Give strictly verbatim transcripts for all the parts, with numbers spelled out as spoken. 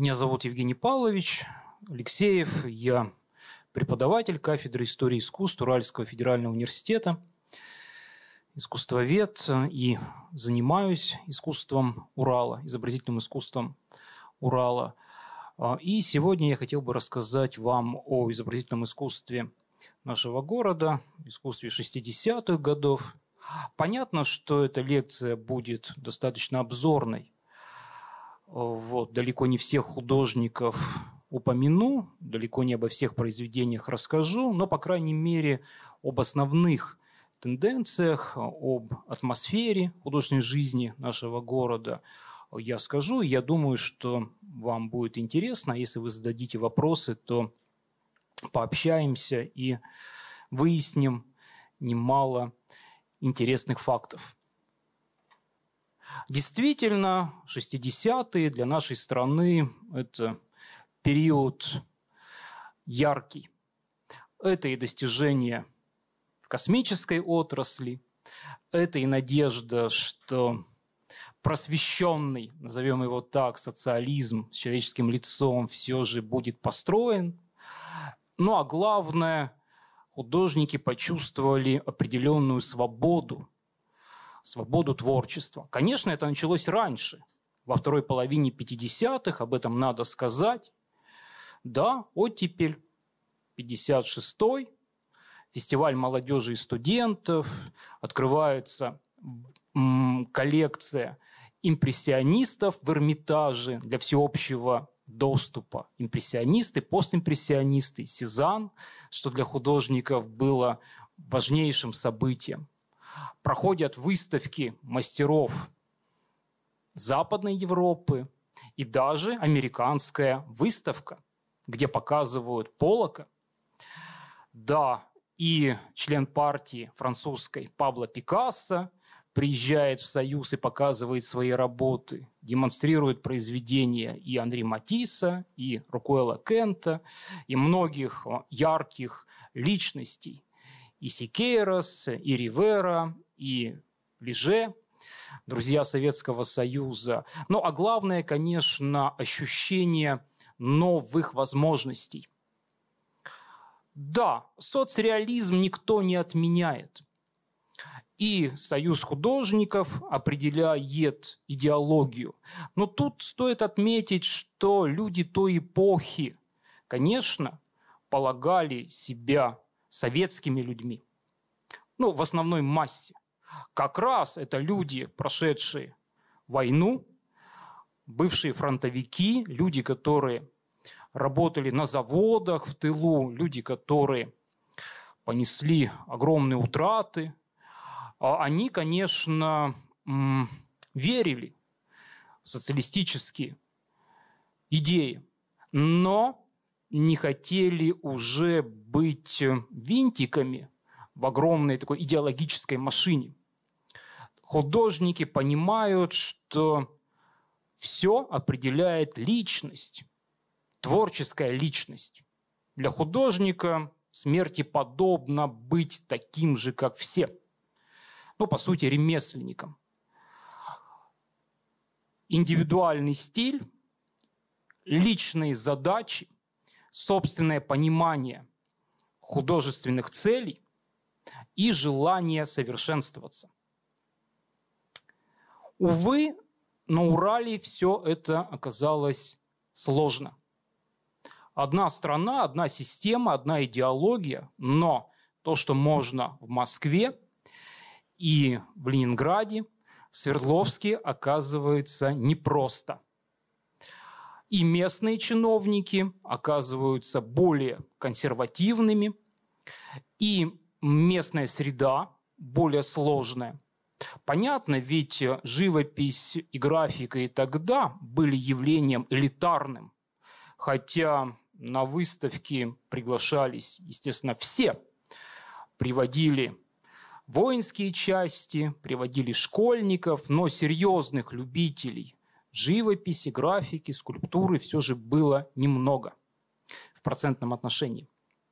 Меня зовут Евгений Павлович Алексеев. Я преподаватель кафедры истории искусств Уральского федерального университета, искусствовед, и занимаюсь искусством Урала, изобразительным искусством Урала. И сегодня я хотел бы рассказать вам о изобразительном искусстве нашего города, искусстве шестидесятых годов. Понятно, что эта лекция будет достаточно обзорной. Вот, далеко не всех художников упомяну, далеко не обо всех произведениях расскажу, но, по крайней мере, об основных тенденциях, об атмосфере художественной жизни нашего города я скажу. Я думаю, что вам будет интересно. Если вы зададите вопросы, то пообщаемся и выясним немало интересных фактов. Действительно, шестидесятые для нашей страны – это период яркий. Это и достижения в космической отрасли, это и надежда, что просвещенный, назовем его так, социализм с человеческим лицом все же будет построен. Ну а главное, художники почувствовали определенную свободу, свободу творчества. Конечно, это началось раньше, во второй половине пятидесятых, об этом надо сказать. Да, оттепель, пятьдесят шестой, фестиваль молодежи и студентов, открывается коллекция импрессионистов в Эрмитаже для всеобщего доступа. Импрессионисты, постимпрессионисты, Сезанн, что для художников было важнейшим событием. Проходят выставки мастеров Западной Европы и даже американская выставка, где показывают Поллока. Да, и член партии французской Пабло Пикассо приезжает в Союз и показывает свои работы, демонстрирует произведения и Анри Матисса, и Рукуэла Кента, и многих ярких личностей. И Сикейрос, и Ривера, и Леже, друзья Советского Союза. Ну, а главное, конечно, ощущение новых возможностей. Да, соцреализм никто не отменяет. И Союз художников определяет идеологию. Но тут стоит отметить, что люди той эпохи, конечно, полагали себя советскими людьми. Ну, в основной массе. Как раз это люди, прошедшие войну, бывшие фронтовики, люди, которые работали на заводах в тылу, люди, которые понесли огромные утраты. Они, конечно, верили в социалистические идеи, но не хотели уже быть винтиками в огромной такой идеологической машине. Художники понимают, что все определяет личность, творческая личность. Для художника смерти подобно быть таким же, как все. Ну, по сути, ремесленником. Индивидуальный стиль, личные задачи, собственное понимание художественных целей и желание совершенствоваться. Увы, на Урале все это оказалось сложно. Одна страна, одна система, одна идеология, но то, что можно в Москве и в Ленинграде, в Свердловске, оказывается непросто. И местные чиновники оказываются более консервативными, и местная среда более сложная. Понятно, ведь живопись и графика и тогда были явлением элитарным, хотя на выставки приглашались, естественно, все. Приводили воинские части, приводили школьников, но серьезных любителей живописи, графики, скульптуры все же было немного в процентном отношении.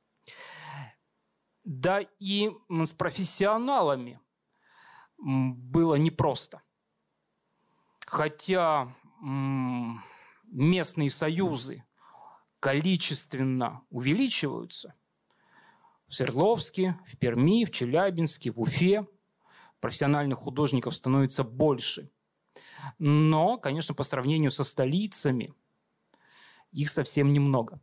Да и с профессионалами было непросто. Хотя местные союзы количественно увеличиваются, в Свердловске, в Перми, в Челябинске, в Уфе профессиональных художников становится больше. Но, конечно, по сравнению со столицами их совсем немного.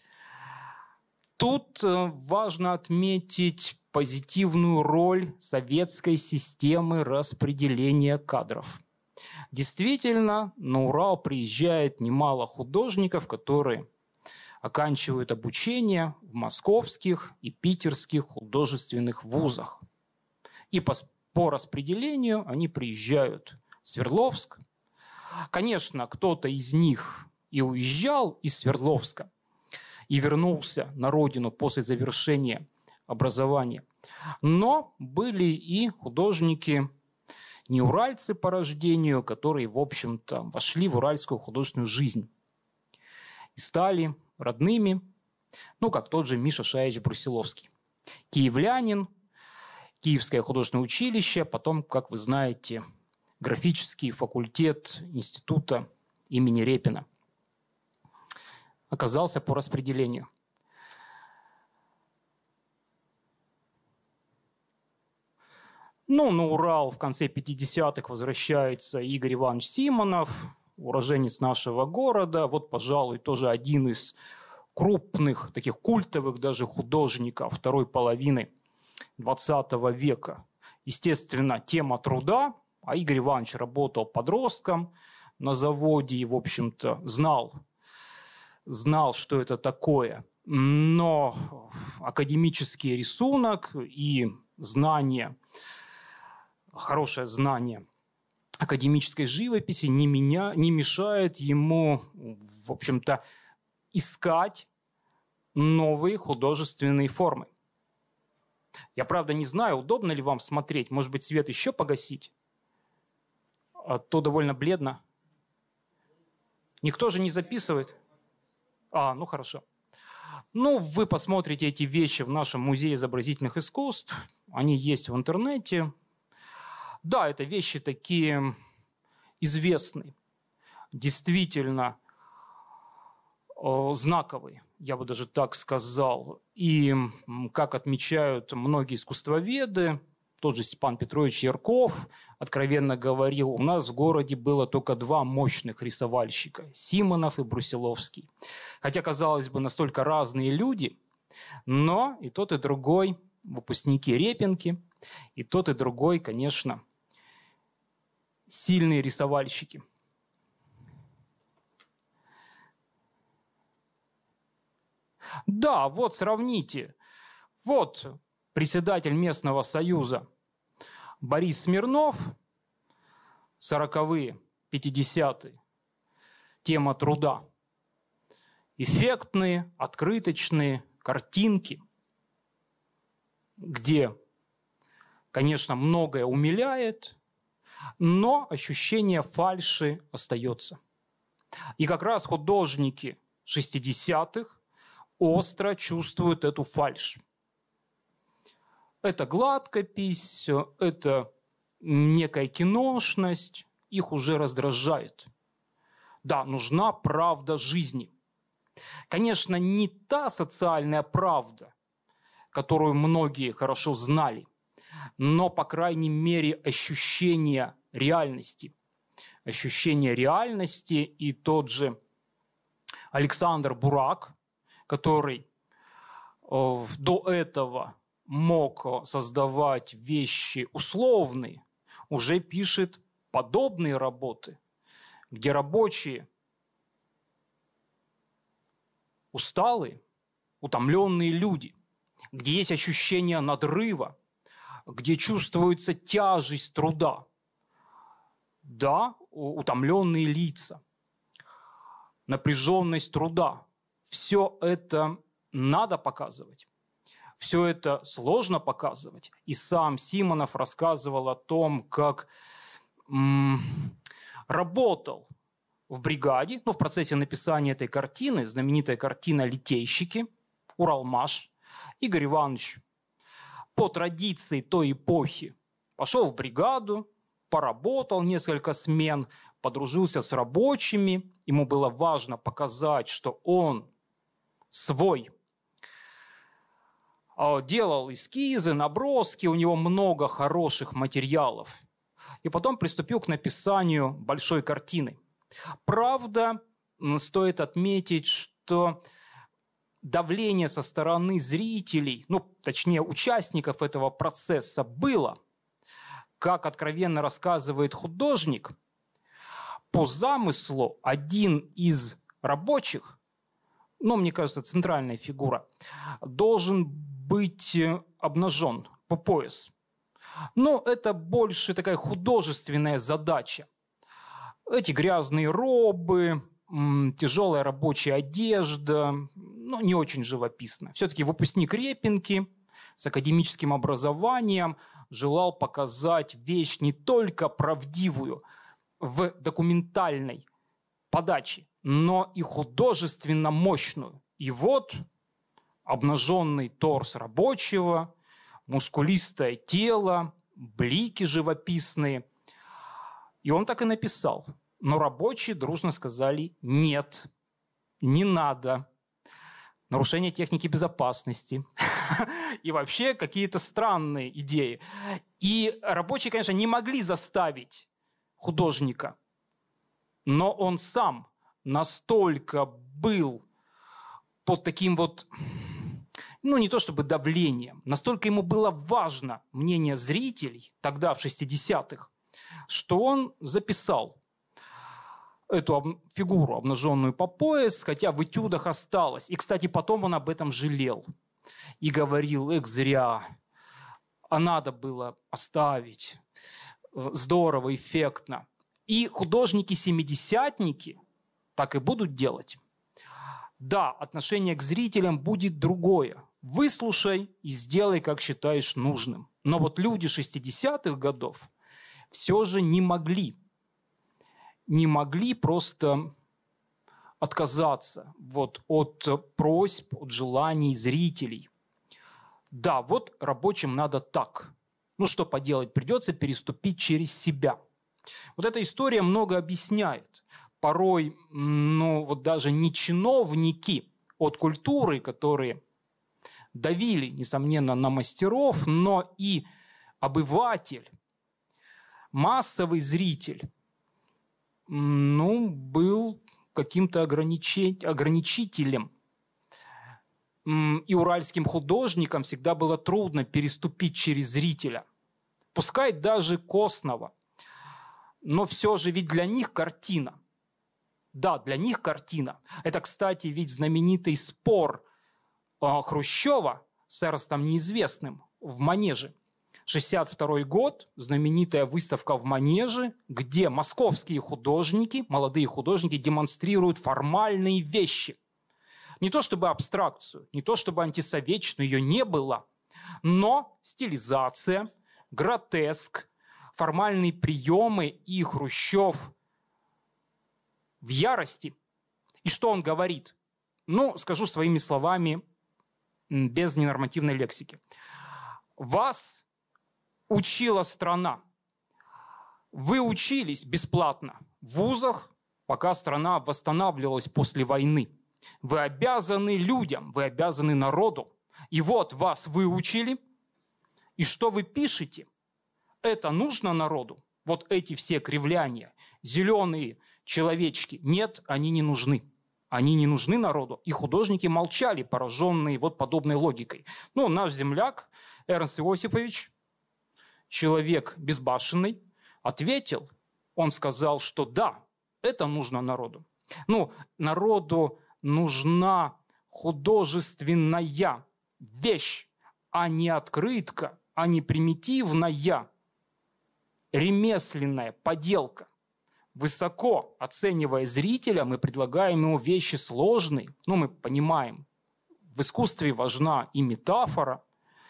Тут важно отметить позитивную роль советской системы распределения кадров. Действительно, на Урал приезжает немало художников, которые оканчивают обучение в московских и питерских художественных вузах. И по, по распределению они приезжают в Свердловск. Конечно, кто-то из них и уезжал из Свердловска и вернулся на родину после завершения образования. Но были и художники, не уральцы по рождению, которые, в общем-то, вошли в уральскую художественную жизнь и стали родными, ну, как тот же Миша Шаевич Брусиловский. Киевлянин, Киевское художественное училище, потом, как вы знаете, графический факультет института имени Репина. Оказался по распределению. Ну, на Урал в конце пятидесятых возвращается Игорь Иванович Симонов, уроженец нашего города. Вот, пожалуй, тоже один из крупных, таких культовых даже художников второй половины двадцатого века. Естественно, тема труда, а Игорь Иванович работал подростком на заводе и, в общем-то, знал, знал, что это такое. Но академический рисунок и знание, хорошее знание академической живописи не, меня, не мешает ему, в общем-то, искать новые художественные формы. Я, правда, не знаю, удобно ли вам смотреть. Может быть, свет еще погасить? А то довольно бледно. Никто же не записывает? А, ну хорошо. Ну, вы посмотрите эти вещи в нашем музее изобразительных искусств. Они есть в интернете. Да, это вещи такие известные, действительно э, знаковые, я бы даже так сказал. И, как отмечают многие искусствоведы, тот же Степан Петрович Ярков откровенно говорил, у нас в городе было только два мощных рисовальщика – Симонов и Брусиловский. Хотя, казалось бы, настолько разные люди, но и тот, и другой выпускники Репинки, и тот, и другой, конечно, сильные рисовальщики. Да, вот сравните. Вот председатель местного союза Борис Смирнов, сороковые, пятидесятые, тема труда. Эффектные, открыточные картинки, где, конечно, многое умиляет, но ощущение фальши остается. И как раз художники шестидесятых остро чувствуют эту фальшь. Это гладкопись, это некая киношность, их уже раздражает. Да, нужна правда жизни. Конечно, не та социальная правда, которую многие хорошо знали, но, по крайней мере, ощущение реальности. Ощущение реальности, и тот же Александр Бурак, который э, до этого мог создавать вещи условные, уже пишет подобные работы, где рабочие усталые, утомленные люди, где есть ощущение надрыва, где чувствуется тяжесть труда. Да, утомленные лица, напряженность труда. Все это надо показывать. Все это сложно показывать. И сам Симонов рассказывал о том, как м- работал в бригаде, ну, в процессе написания этой картины, знаменитая картина «Литейщики», Уралмаш. Игорь Иванович по традиции той эпохи пошел в бригаду, поработал несколько смен, подружился с рабочими. Ему было важно показать, что он свой. Делал эскизы, наброски, у него много хороших материалов. И потом приступил к написанию большой картины. Правда, стоит отметить, что давление со стороны зрителей, ну, точнее, участников этого процесса было. Как откровенно рассказывает художник, по замыслу один из рабочих, ну, мне кажется, центральная фигура, должен быть обнажен по пояс. Но это больше такая художественная задача. Эти грязные робы, тяжелая рабочая одежда, ну, не очень живописно. Все-таки выпускник Репинки с академическим образованием желал показать вещь не только правдивую в документальной подаче, но и художественно мощную. И вот обнаженный торс рабочего, мускулистое тело, блики живописные. И он так и написал. Но рабочие дружно сказали: нет, не надо. Нарушение техники безопасности. И вообще какие-то странные идеи. И рабочие, конечно, не могли заставить художника. Но он сам настолько был под таким вот, ну не то чтобы давлением, настолько ему было важно мнение зрителей тогда, в шестидесятых, что он записал эту фигуру, обнаженную по пояс, хотя в этюдах осталось. И, кстати, потом он об этом жалел. И говорил: эх, зря, а надо было оставить. Здорово, эффектно. И художники-семидесятники так и будут делать. Да, отношение к зрителям будет другое. Выслушай и сделай, как считаешь нужным. Но вот люди шестидесятых годов все же не могли. Не могли просто отказаться вот от просьб, от желаний зрителей. Да, вот рабочим надо так. Ну что поделать, придется переступить через себя. Вот эта история много объясняет. Порой, ну вот даже не чиновники от культуры, которые давили, несомненно, на мастеров, но и обыватель, массовый зритель, ну, был каким-то ограничить, ограничителем. И уральским художникам всегда было трудно переступить через зрителя. Пускай даже косного. Но все же ведь для них картина. Да, для них картина. Это, кстати, ведь знаменитый спор Хрущева с Эрнстом Неизвестным в Манеже. шестьдесят второй год, знаменитая выставка в Манеже, где московские художники, молодые художники демонстрируют формальные вещи. Не то чтобы абстракцию, не то чтобы антисоветчину, ее не было, но стилизация, гротеск, формальные приемы, и Хрущев в ярости. И что он говорит? Ну, скажу своими словами, без ненормативной лексики. Вас учила страна. Вы учились бесплатно в вузах, пока страна восстанавливалась после войны. Вы обязаны людям, вы обязаны народу. И вот вас выучили, и что вы пишете? Это нужно народу? Вот эти все кривляния, зеленые человечки, нет, они не нужны. Они не нужны народу. И художники молчали, пораженные вот подобной логикой. Ну, наш земляк Эрнст Иосифович, человек безбашенный, ответил. Он сказал, что да, это нужно народу. Ну, народу нужна художественная вещь, а не открытка, а не примитивная ремесленная поделка. Высоко оценивая зрителя, мы предлагаем ему вещи сложные. Ну, мы понимаем, в искусстве важна и метафора,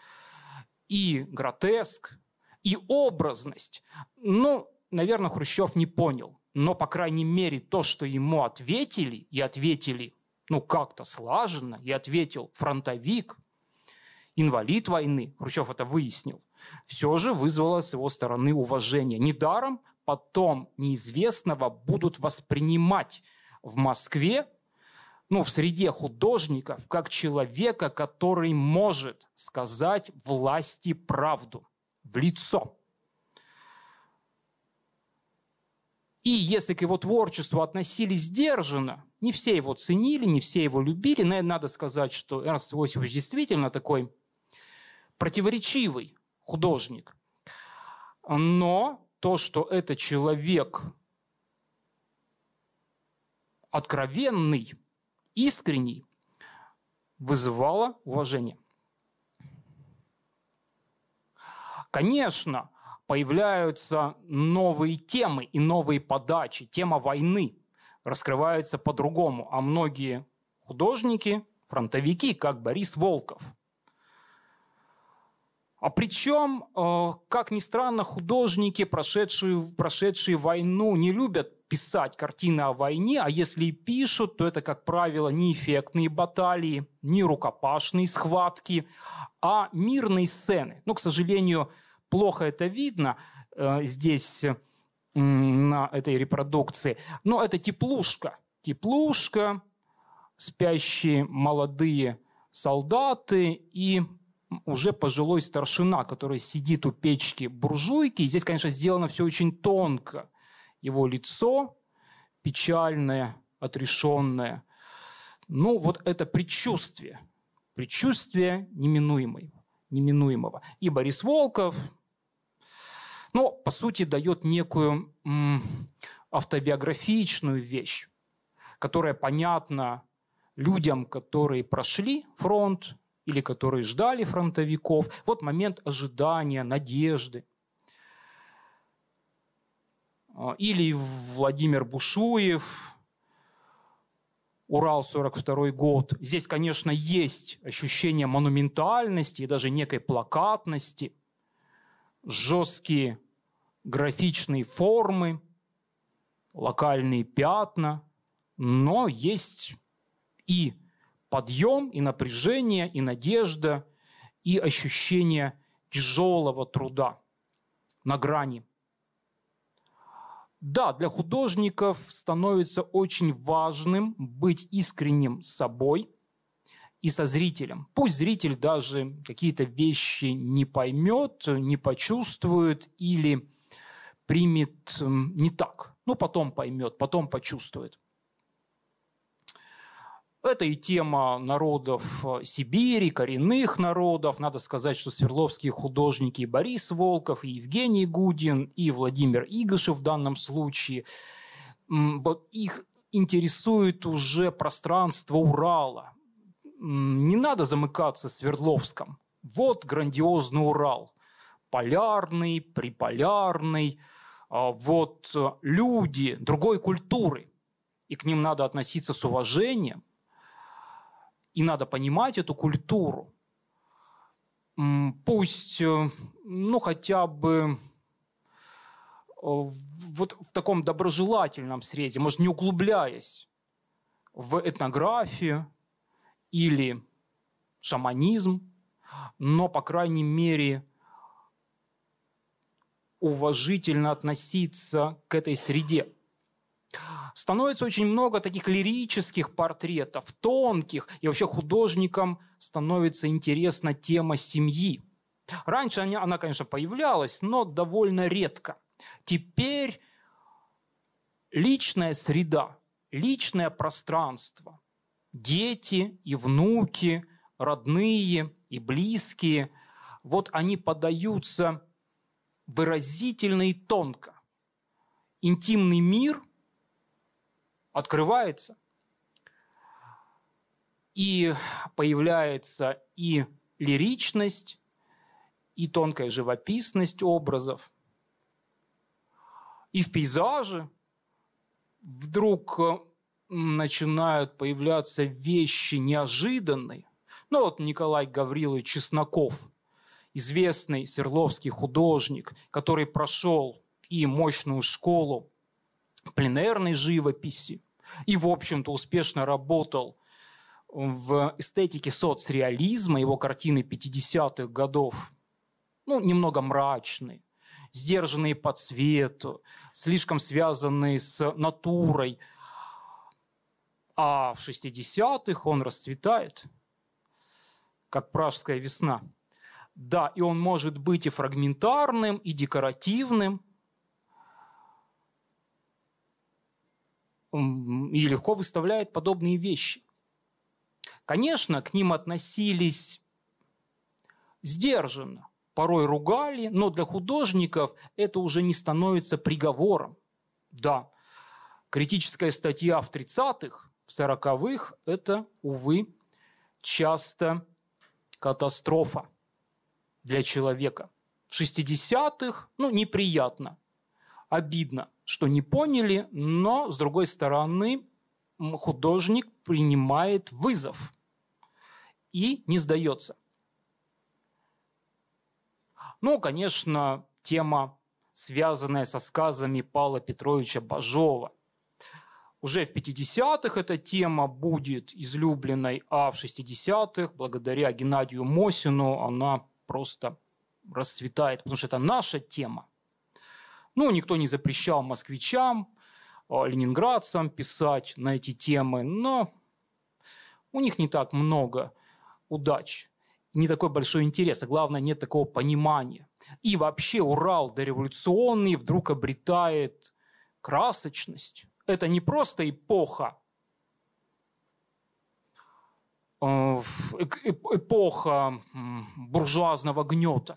и гротеск, и образность. Ну, наверное, Хрущев не понял. Но, по крайней мере, то, что ему ответили, и ответили, ну, как-то слаженно, и ответил фронтовик, инвалид войны, Хрущев это выяснил, все же вызвало с его стороны уважение. Недаром потом неизвестного будут воспринимать в Москве, ну, в среде художников, как человека, который может сказать власти правду в лицо. И если к его творчеству относились сдержанно, не все его ценили, не все его любили, но надо сказать, что Эрнст Иосифович действительно такой противоречивый художник. Но то, что это человек откровенный, искренний, вызывало уважение. Конечно, появляются новые темы и новые подачи. Тема войны раскрывается по-другому. А многие художники, фронтовики, как Борис Волков. А причем, как ни странно, художники, прошедшие, прошедшие войну, не любят писать картины о войне, а если и пишут, то это, как правило, не эффектные баталии, не рукопашные схватки, а мирные сцены. Но, к сожалению, плохо это видно э, здесь, э, на этой репродукции. Но это теплушка. Теплушка, спящие молодые солдаты и уже пожилой старшина, который сидит у печки буржуйки. И здесь, конечно, сделано все очень тонко. Его лицо печальное, отрешенное. Ну, вот это предчувствие. Предчувствие неминуемого. неминуемого. И Борис Волков, ну, по сути, дает некую м, автобиографичную вещь, которая понятна людям, которые прошли фронт или которые ждали фронтовиков. Вот момент ожидания, надежды. Или Владимир Бушуев, Урал, сорок второй год. Здесь, конечно, есть ощущение монументальности и даже некой плакатности, жесткие графичные формы, локальные пятна, но есть и подъем, и напряжение, и надежда, и ощущение тяжелого труда на грани. Да, для художников становится очень важным быть искренним с собой и со зрителем. Пусть зритель даже какие-то вещи не поймет, не почувствует или примет не так. Ну, потом поймет, потом почувствует. Это и тема народов Сибири, коренных народов. Надо сказать, что свердловские художники и Борис Волков, и Евгений Гудин, и Владимир Игошев в данном случае, их интересует уже пространство Урала. Не надо замыкаться в Свердловском. Вот грандиозный Урал. Полярный, приполярный. Вот люди другой культуры. И к ним надо относиться с уважением. И надо понимать эту культуру. Пусть, ну, хотя бы вот в таком доброжелательном срезе, может, не углубляясь в этнографию или шаманизм, но, по крайней мере, уважительно относиться к этой среде. Становится очень много таких лирических портретов, тонких, и вообще художникам становится интересна тема семьи. Раньше она, она, конечно, появлялась, но довольно редко. Теперь личная среда, личное пространство, дети и внуки, родные и близкие, вот они подаются выразительно и тонко. Интимный мир открывается, и появляется и лиричность, и тонкая живописность образов. И в пейзаже вдруг начинают появляться вещи неожиданные. Ну вот Николай Гаврилович Чесноков, известный свердловский художник, который прошел и мощную школу пленэрной живописи и, в общем-то, успешно работал в эстетике соцреализма. Его картины пятидесятых годов ну, немного мрачные, сдержанные по цвету, слишком связанные с натурой. А в шестидесятых он расцветает, как пражская весна. Да, и он может быть и фрагментарным, и декоративным, и легко выставляет подобные вещи. Конечно, к ним относились сдержанно, порой ругали, но для художников это уже не становится приговором. Да, критическая статья в тридцатых, в сороковых – это, увы, часто катастрофа для человека. В шестидесятых, ну, неприятно, обидно, что не поняли, но, с другой стороны, художник принимает вызов и не сдается. Ну, конечно, тема, связанная со сказами Павла Петровича Бажова. Уже в пятидесятых эта тема будет излюбленной, а в шестидесятых, благодаря Геннадию Мосину, она просто расцветает, потому что это наша тема. Ну, никто не запрещал москвичам, ленинградцам писать на эти темы, но у них не так много удач, не такой большой интерес, а главное, нет такого понимания. И вообще Урал дореволюционный вдруг обретает красочность. Это не просто эпоха, эпоха буржуазного гнета.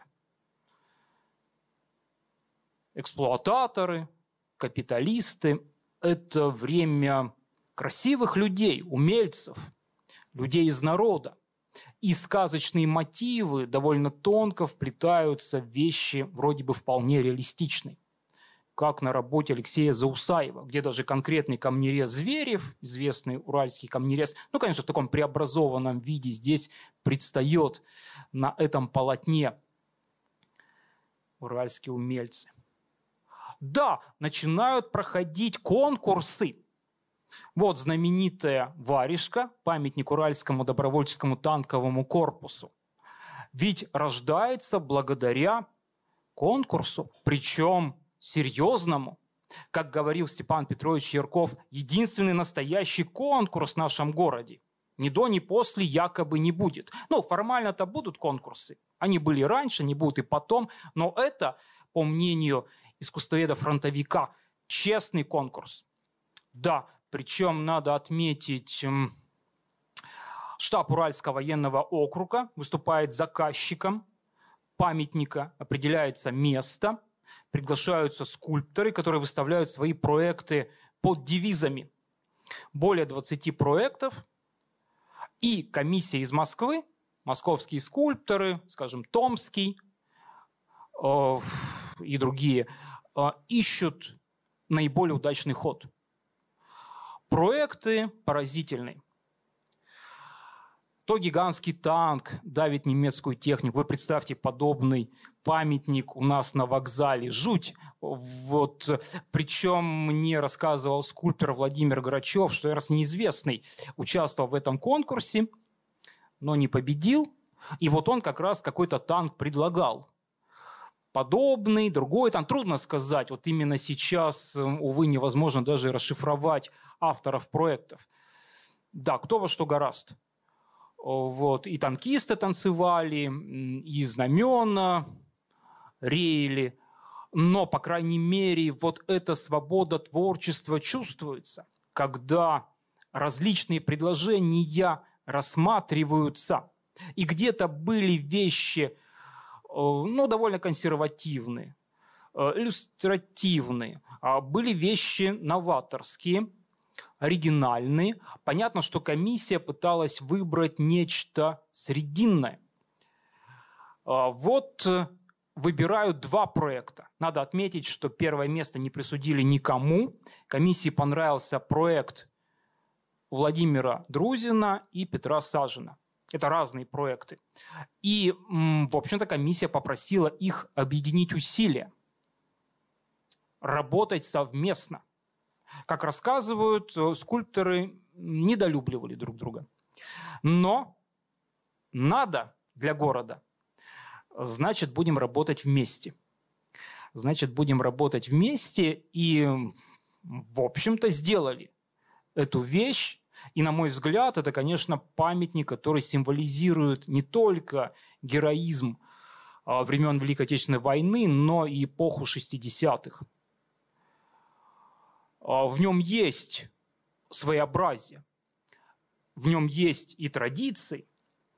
Эксплуататоры, капиталисты – это время красивых людей, умельцев, людей из народа. И сказочные мотивы довольно тонко вплетаются в вещи вроде бы вполне реалистичные. Как на работе Алексея Заусаева, где даже конкретный камнерез Зверев, известный уральский камнерез, ну, конечно, в таком преобразованном виде здесь предстает на этом полотне уральские умельцы. Да, начинают проходить конкурсы. Вот знаменитая варежка, памятник Уральскому добровольческому танковому корпусу. Ведь рождается благодаря конкурсу, причем серьезному. Как говорил Степан Петрович Ярков, единственный настоящий конкурс в нашем городе. Ни до, ни после якобы не будет. Ну, формально-то будут конкурсы. Они были раньше, не будут и потом. Но это, по мнению искусствоведа-фронтовика, честный конкурс. Да, причем надо отметить, штаб Уральского военного округа выступает заказчиком памятника, определяется место, приглашаются скульпторы, которые выставляют свои проекты под девизами. Более двадцати проектов. И комиссия из Москвы, московские скульпторы, скажем, Томский э, и другие, э, ищут наиболее удачный ход. Проекты поразительные. То гигантский танк давит немецкую технику. Вы представьте подобный памятник у нас на вокзале. Жуть. Вот. Причем мне рассказывал скульптор Владимир Грачев, что раз неизвестный участвовал в этом конкурсе, но не победил. И вот он как раз какой-то танк предлагал. Подобный, другой, там трудно сказать. Вот именно сейчас, увы, невозможно даже расшифровать авторов проектов. Да, кто во что горазд. Вот. И танкисты танцевали, и знамена реяли. Но, по крайней мере, вот эта свобода творчества чувствуется, когда различные предложения рассматриваются. И где-то были вещи, ну, довольно консервативные, иллюстративные. Были вещи новаторские, оригинальные. Понятно, что комиссия пыталась выбрать нечто срединное. Вот выбирают два проекта. Надо отметить, что первое место не присудили никому. Комиссии понравился проект Владимира Друзина и Петра Сажина. Это разные проекты. И, в общем-то, комиссия попросила их объединить усилия, работать совместно. Как рассказывают, скульпторы недолюбливали друг друга. Но надо для города значит, будем работать вместе. Значит, будем работать вместе и, в общем-то, сделали эту вещь. И, на мой взгляд, это, конечно, памятник, который символизирует не только героизм времен Великой Отечественной войны, но и эпоху шестидесятых. В нем есть своеобразие, в нем есть и традиции,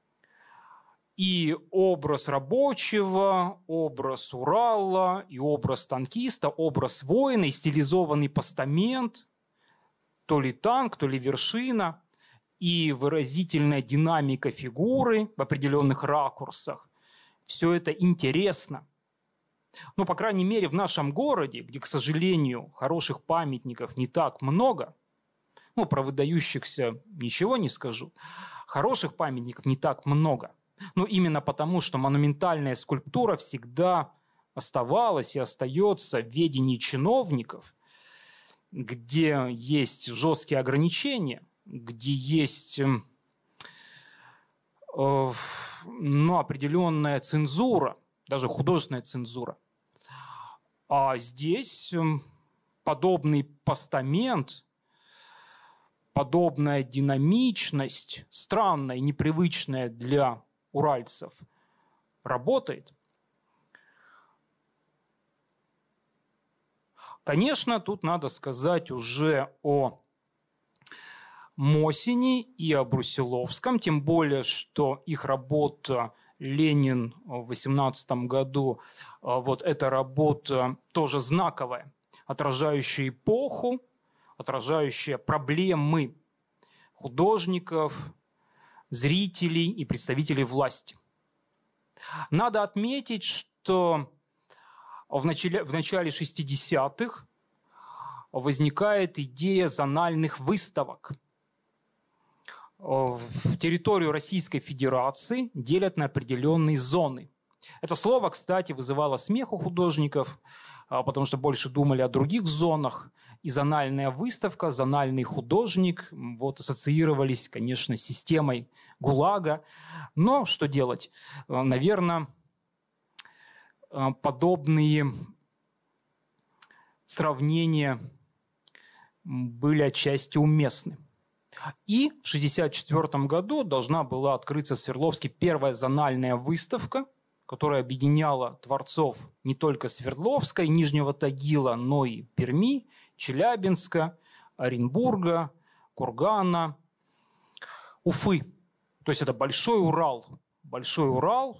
и образ рабочего, образ Урала, и образ танкиста, образ воина, и стилизованный постамент, то ли танк, то ли вершина, и выразительная динамика фигуры в определенных ракурсах. Все это интересно. Но, по крайней мере, в нашем городе, где, к сожалению, хороших памятников не так много, ну, про выдающихся ничего не скажу, хороших памятников не так много. Но именно потому, что монументальная скульптура всегда оставалась и остается в ведении чиновников, где есть жесткие ограничения, где есть э, ну, определенная цензура, даже художественная цензура. А здесь подобный постамент, подобная динамичность, странная и непривычная для уральцев, работает. Конечно, тут надо сказать уже о Мосине и о Брусиловском, тем более, что их работа «Ленин» в восемнадцатом году, вот эта работа тоже знаковая, отражающая эпоху, отражающая проблемы художников, зрителей и представителей власти. Надо отметить, что в начале, в начале шестидесятых возникает идея зональных выставок. В территорию Российской Федерации делят на определенные зоны. Это слово, кстати, вызывало смех у художников, потому что больше думали о других зонах. И зональная выставка, зональный художник вот, ассоциировались, конечно, с системой ГУЛАГа. Но что делать? Наверное, подобные сравнения были отчасти уместны. И в шестьдесят четвёртом году должна была открыться в Свердловске первая зональная выставка, которая объединяла творцов не только Свердловска и Нижнего Тагила, но и Перми, Челябинска, Оренбурга, Кургана, Уфы. То есть это Большой Урал. Большой Урал.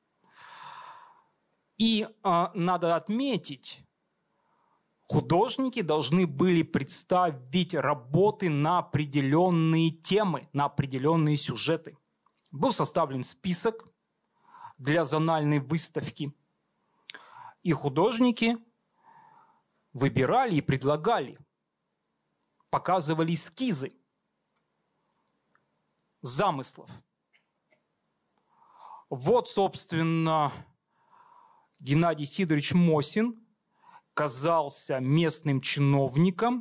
И а, надо отметить, художники должны были представить работы на определенные темы, на определенные сюжеты. Был составлен список для зональной выставки, и художники выбирали и предлагали, показывали эскизы замыслов. Вот, собственно, Геннадий Сидорович Мосин казался местным чиновником,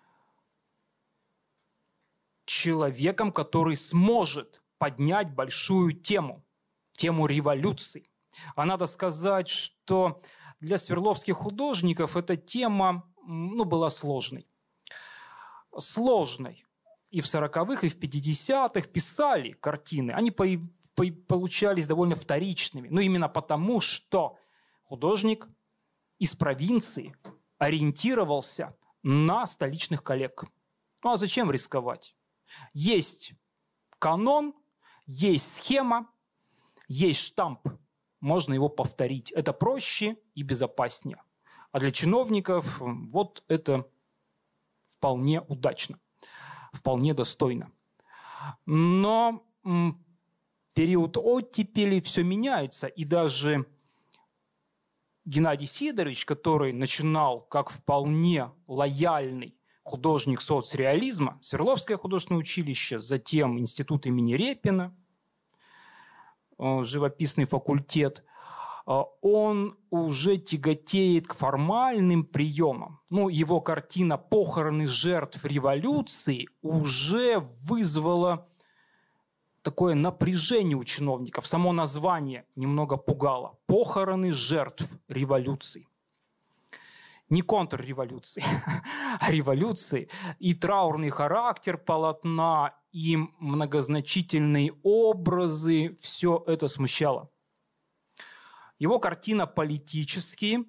человеком, который сможет поднять большую тему, тему революции. А надо сказать, что для свердловских художников эта тема ну, была сложной. Сложной. И в сороковых, и в пятидесятых писали картины. Они по, по, получались довольно вторичными. Но именно потому, что художник из провинции ориентировался на столичных коллег. Ну а зачем рисковать? Есть канон, есть схема, есть штамп. Можно его повторить. Это проще и безопаснее. А для чиновников вот это вполне удачно, вполне достойно. Но м, период оттепели все меняется, и даже Геннадий Сидорович, который начинал как вполне лояльный художник соцреализма, Свердловское художественное училище, затем институт имени Репина, живописный факультет, он уже тяготеет к формальным приемам. Ну, его картина «Похороны жертв революции» уже вызвала такое напряжение у чиновников. Само название немного пугало. Похороны жертв революции. Не контрреволюции, а революции. И траурный характер полотна, и многозначительные образы – все это смущало. Его картина «Политические»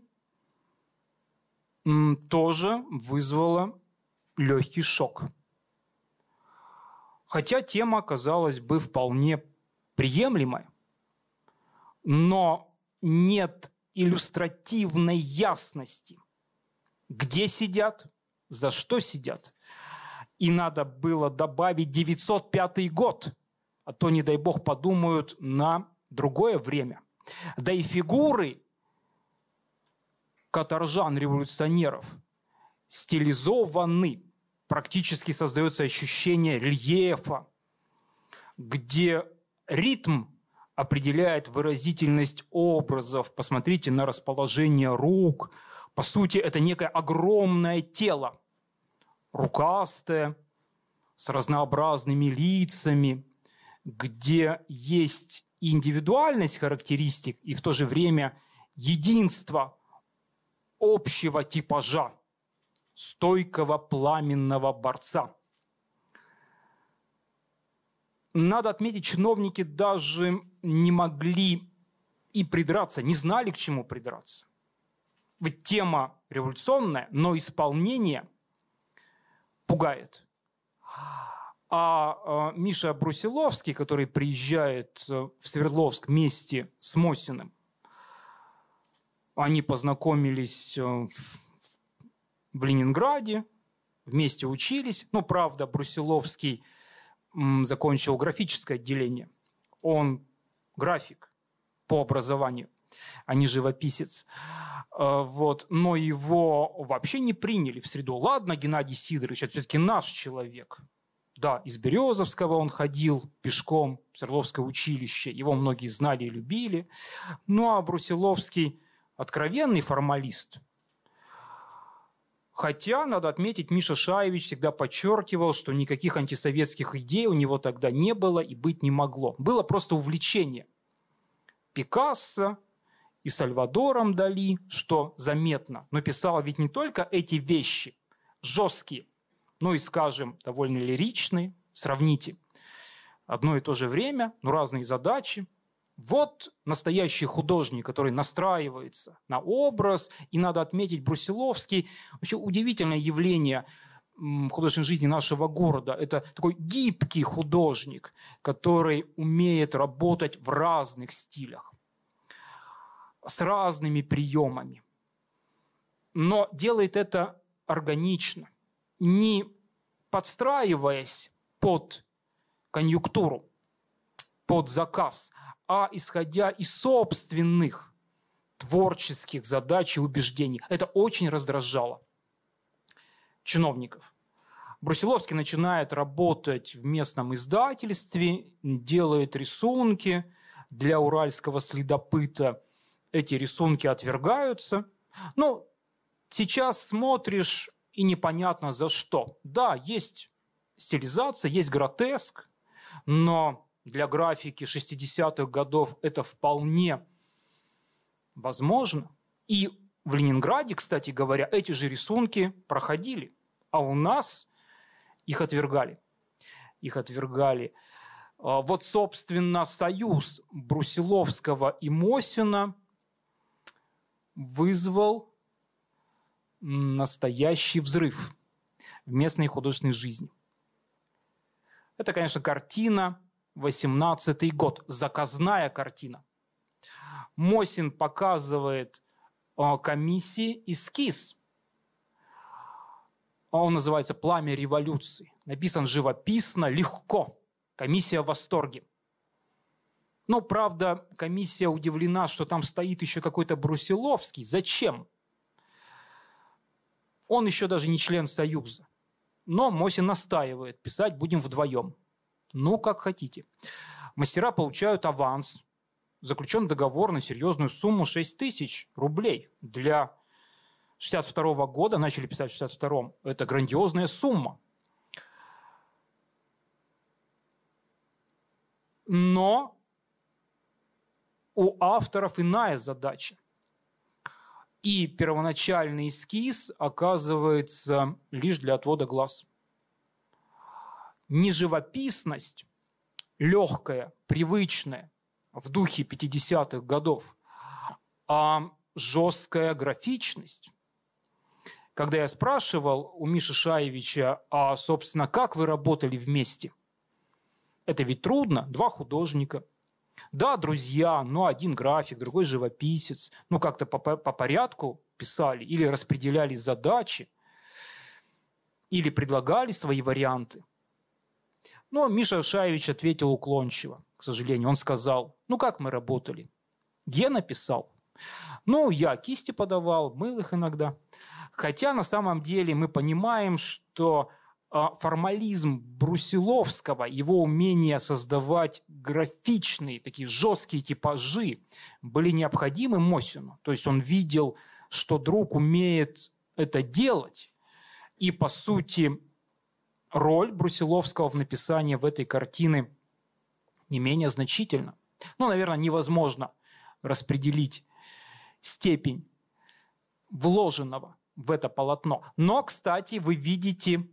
тоже вызвала легкий шок. Хотя тема, казалось бы, вполне приемлемая, но нет иллюстративной ясности, где сидят, за что сидят. И надо было добавить девятьсот пятый год, а то, не дай бог, подумают на другое время. Да и фигуры каторжан-революционеров стилизованы. Практически создается ощущение рельефа, где ритм определяет выразительность образов. Посмотрите на расположение рук. По сути, это некое огромное тело, рукастое, с разнообразными лицами, где есть и индивидуальность характеристик, и в то же время единство общего типажа, стойкого пламенного борца. Надо отметить, чиновники даже не могли и придраться, не знали, к чему придраться. Ведь тема революционная, но исполнение пугает. А э, Миша Брусиловский, который приезжает в Свердловск вместе с Мосиным, они познакомились в Ленинграде, вместе учились. Ну, правда, Брусиловский м, закончил графическое отделение. Он график по образованию, а не живописец. Э, вот. Но его вообще не приняли в среду. Ладно, Геннадий Сидорович, это все-таки наш человек. Да, из Березовского он ходил пешком в Свердловское училище. Его многие знали и любили. Ну, а Брусиловский откровенный формалист. Хотя, надо отметить, Миша Шаевич всегда подчеркивал, что никаких антисоветских идей у него тогда не было и быть не могло. Было просто увлечение Пикассо и Сальвадором Дали, что заметно. Но писал ведь не только эти вещи жесткие, но и, скажем, довольно лиричные. Сравните. Одно и то же время, но разные задачи. Вот настоящий художник, который настраивается на образ. И надо отметить, Брусиловский – вообще удивительное явление в художественной жизни нашего города. Это такой гибкий художник, который умеет работать в разных стилях, с разными приемами. Но делает это органично, не подстраиваясь под конъюнктуру, под заказ, а исходя из собственных творческих задач и убеждений. Это очень раздражало чиновников. Брусиловский начинает работать в местном издательстве, делает рисунки для уральского следопыта. Эти рисунки отвергаются. Ну, сейчас смотришь, и непонятно за что. Да, есть стилизация, есть гротеск, но для графики шестидесятых годов это вполне возможно. И в Ленинграде, кстати говоря, эти же рисунки проходили, а у нас их отвергали. Их отвергали. Вот, собственно, союз Брусиловского и Мосина вызвал настоящий взрыв в местной художественной жизни. Это, конечно, картина восемнадцатый год, заказная картина. Мосин показывает комиссии эскиз. Он называется «Пламя революции». Написан живописно, легко. Комиссия в восторге. Но, правда, комиссия удивлена, что там стоит еще какой-то Брусиловский. Зачем? Он еще даже не член Союза. Но Мосин настаивает, писать будем вдвоем. Ну, как хотите. Мастера получают аванс. Заключен договор на серьезную сумму шесть тысяч рублей. Для шестьдесят второго года, начали писать в шестьдесят втором, это грандиозная сумма. Но у авторов иная задача. И первоначальный эскиз оказывается лишь для отвода глаз. Не живописность, легкая, привычная, в духе пятидесятых годов, а жесткая графичность. Когда я спрашивал у Миши Шаевича, а, собственно, как вы работали вместе? Это ведь трудно, два художника. Да, друзья, но один график, другой живописец. Ну, как-то по, по порядку писали или распределяли задачи, или предлагали свои варианты. Но Миша Шаевич ответил уклончиво, к сожалению. Он сказал, ну, как мы работали? Гена писал. Ну, я кисти подавал, мыл их иногда. Хотя на самом деле мы понимаем, что формализм Брусиловского, его умение создавать графичные, такие жесткие типажи, были необходимы Мосину. То есть он видел, что друг умеет это делать. И, по сути, роль Брусиловского в написании в этой картины не менее значительна. Ну, наверное, невозможно распределить степень вложенного в это полотно. Но, кстати, вы видите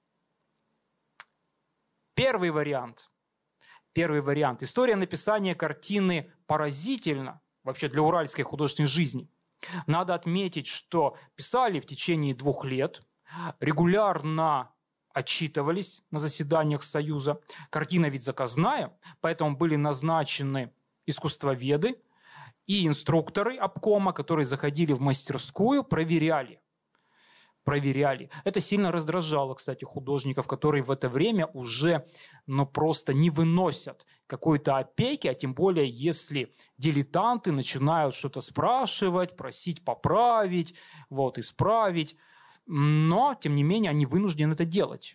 первый вариант. Первый вариант. История написания картины поразительна вообще для уральской художественной жизни. Надо отметить, что писали в течение двух лет, регулярно отчитывались на заседаниях Союза. Картина ведь заказная, поэтому были назначены искусствоведы и инструкторы обкома, которые заходили в мастерскую, проверяли. Проверяли. Это сильно раздражало, кстати, художников, которые в это время уже ну, просто не выносят какой-то опеки, а тем более, если дилетанты начинают что-то спрашивать, просить поправить, вот, исправить. Но, тем не менее, они вынуждены это делать.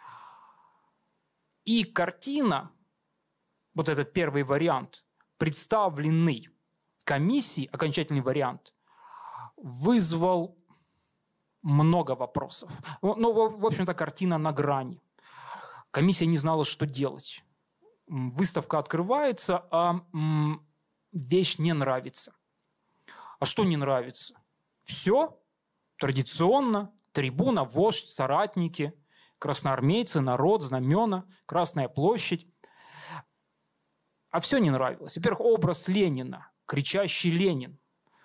И картина, вот этот первый вариант, представленный комиссией, окончательный вариант, вызвал много вопросов. Ну, в общем-то, картина на грани. Комиссия не знала, что делать. Выставка открывается, а вещь не нравится. А что не нравится? Все традиционно. Трибуна, вождь, соратники, красноармейцы, народ, знамена, Красная площадь. А все не нравилось. Во-первых, образ Ленина, кричащий Ленин,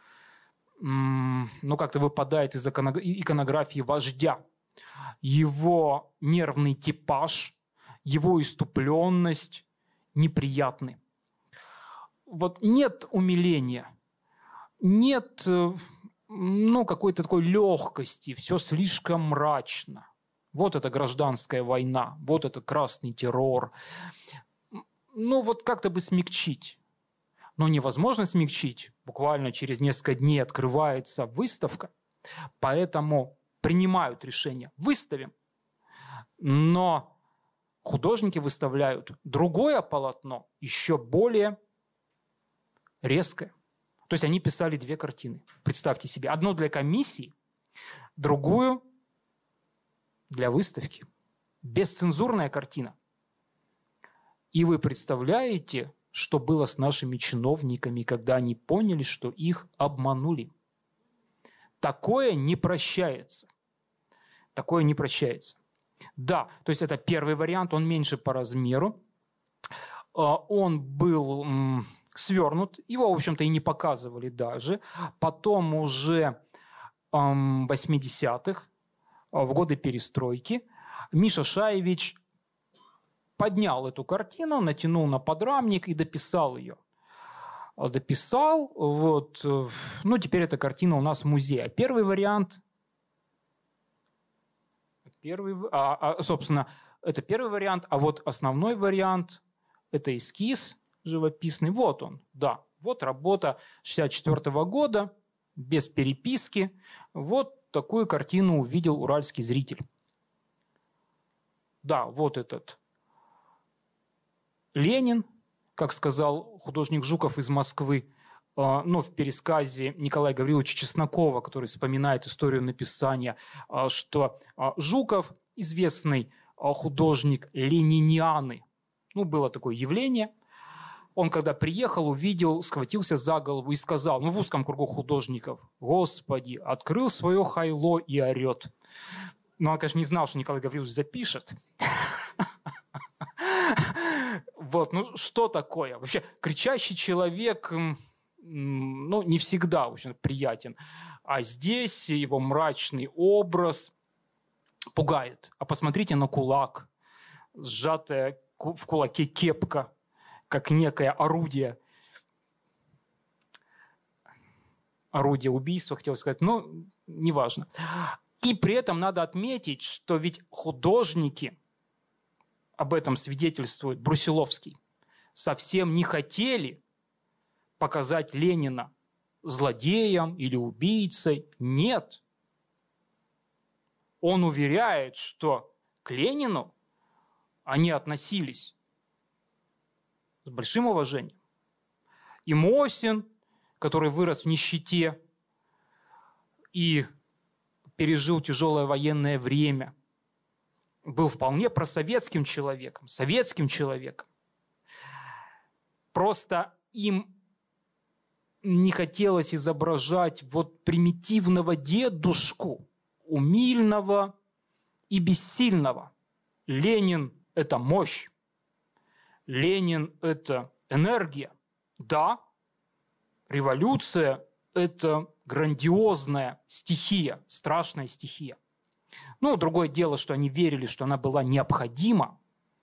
ну, как-то выпадает из иконографии вождя. Его нервный типаж, его иступленность неприятны. Вот нет умиления, нет ну, какой-то такой легкости, все слишком мрачно. Вот это гражданская война, вот это красный террор. Ну, вот как-то бы смягчить. Но невозможно смягчить. Буквально через несколько дней открывается выставка, поэтому принимают решение. Выставим. Но художники выставляют другое полотно, еще более резкое. То есть они писали две картины. Представьте себе. Одну для комиссии, другую для выставки. Бесцензурная картина. И вы представляете, что было с нашими чиновниками, когда они поняли, что их обманули. Такое не прощается. Такое не прощается. Да, то есть это первый вариант, он меньше по размеру. Он был м, свернут, его, в общем-то, и не показывали даже. Потом уже м, в восьмидесятых, в годы перестройки, Миша Шаевич поднял эту картину, натянул на подрамник и дописал ее. Дописал, вот, ну, теперь эта картина у нас в музее. Первый вариант, первый, а, а, собственно, это первый вариант, а вот основной вариант – это эскиз живописный. Вот он, да, вот работа шестьдесят четвёртого года, без переписки. Вот такую картину увидел уральский зритель. Да, вот этот Ленин, как сказал художник Жуков из Москвы, но в пересказе Николая Гавриловича Чеснокова, который вспоминает историю написания, что Жуков, известный художник ленинианы, ну, было такое явление, Он, когда приехал, увидел, схватился за голову и сказал, ну, в узком кругу художников, «Господи, открыл свое хайло и орет». Но он, конечно, не знал, что Николай Гаврилович запишет. Вот, ну, что такое? Вообще, кричащий человек, ну, не всегда, в общем, приятен. А здесь его мрачный образ пугает. А посмотрите на кулак, сжатая в кулаке кепка, как некое орудие. Орудие убийства, хотел сказать, но неважно. И при этом надо отметить, что ведь художники, об этом свидетельствует Брусиловский, совсем не хотели показать Ленина злодеем или убийцей. Нет. Он уверяет, что к Ленину они относились с большим уважением. И Мосин, который вырос в нищете и пережил тяжелое военное время, был вполне просоветским человеком, советским человеком. Просто им не хотелось изображать вот примитивного дедушку, умильного и бессильного. Ленин – это мощь. Ленин – это энергия. Да, революция – это грандиозная стихия, страшная стихия. Ну, другое дело, что они верили, что она была необходима,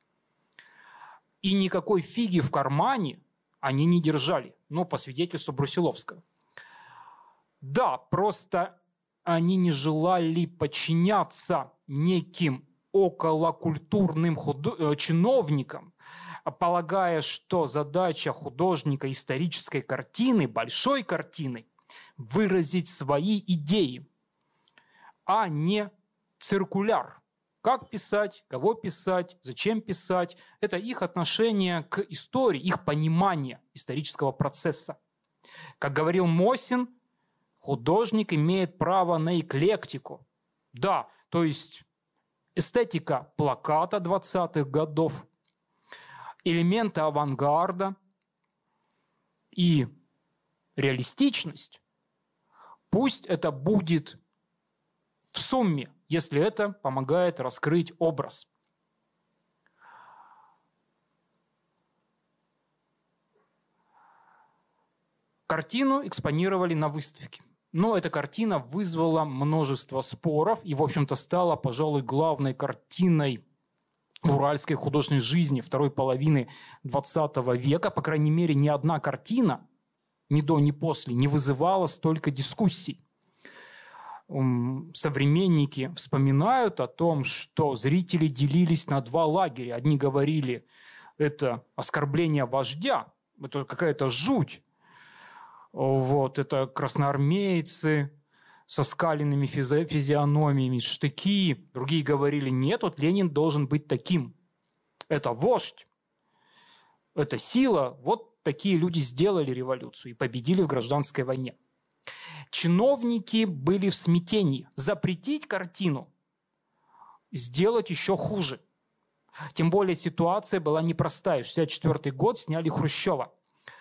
и никакой фиги в кармане они не держали, ну, по свидетельству Брусиловского. Да, просто они не желали подчиняться неким околокультурным худо... чиновникам, полагая, что задача художника исторической картины, большой картины, выразить свои идеи, а не циркуляр. Как писать, кого писать, зачем писать. Это их отношение к истории, их понимание исторического процесса. Как говорил Мосин, художник имеет право на эклектику. Да, то есть эстетика плаката двадцатых годов, элементы авангарда и реалистичность. Пусть это будет в сумме, если это помогает раскрыть образ. Картину экспонировали на выставке. Но эта картина вызвала множество споров и, в общем-то, стала, пожалуй, главной картиной в уральской художественной жизни второй половины двадцатого века. По крайней мере, ни одна картина ни до, ни после не вызывала столько дискуссий. Современники вспоминают о том, что зрители делились на два лагеря. Одни говорили, это оскорбление вождя, это какая-то жуть. Вот, это красноармейцы со скаленными физи- физиономиями, штыки. Другие говорили, нет, вот Ленин должен быть таким. Это вождь, это сила. Вот такие люди сделали революцию и победили в гражданской войне. Чиновники были в смятении. Запретить картину, сделать еще хуже. Тем более ситуация была непростая. шестьдесят четвёртый год, сняли Хрущева.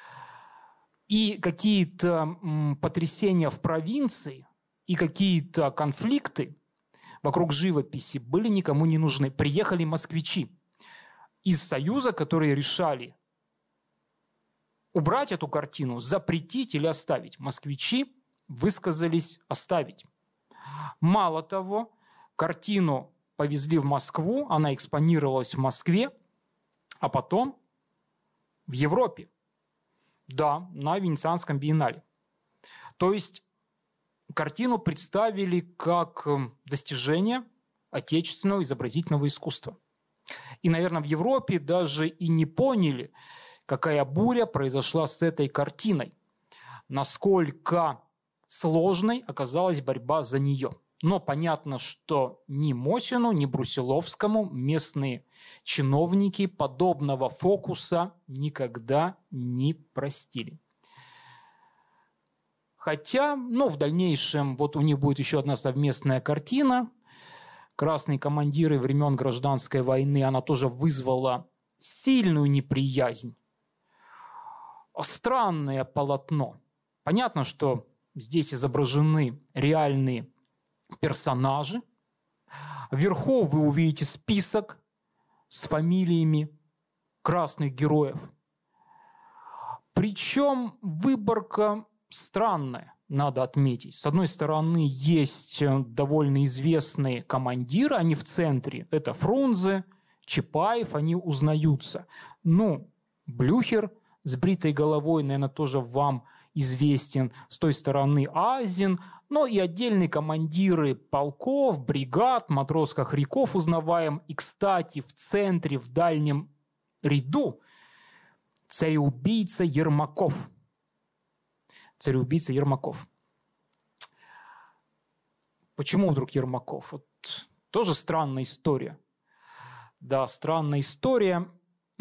И какие-то м, потрясения в провинции и какие-то конфликты вокруг живописи были никому не нужны. Приехали москвичи из Союза, которые решали убрать эту картину, запретить или оставить. Москвичи высказались оставить. Мало того, картину повезли в Москву, она экспонировалась в Москве, а потом в Европе. Да, на Венецианском биеннале. То есть картину представили как достижение отечественного изобразительного искусства. И, наверное, в Европе даже и не поняли, какая буря произошла с этой картиной, насколько сложной оказалась борьба за нее. Но понятно, что ни Мосину, ни Брусиловскому местные чиновники подобного фокуса никогда не простили. Хотя, ну, в дальнейшем, вот у них будет еще одна совместная картина «Красные командиры времен гражданской войны». Она тоже вызвала сильную неприязнь странное полотно. Понятно, что здесь изображены реальные персонажи. Вверху вы увидите список с фамилиями красных героев. Причем выборка странная, надо отметить. С одной стороны, есть довольно известные командиры, они в центре. Это Фрунзе, Чапаев, они узнаются. Ну, Блюхер с бритой головой, наверное, тоже вам известен. С той стороны Азин, но и отдельные командиры полков, бригад, матроско-хряков узнаваем. И, кстати, в центре, в дальнем ряду цареубийца Ермаков. Цареубийца Ермаков. Почему вдруг Ермаков? Вот тоже странная история. Да, странная история.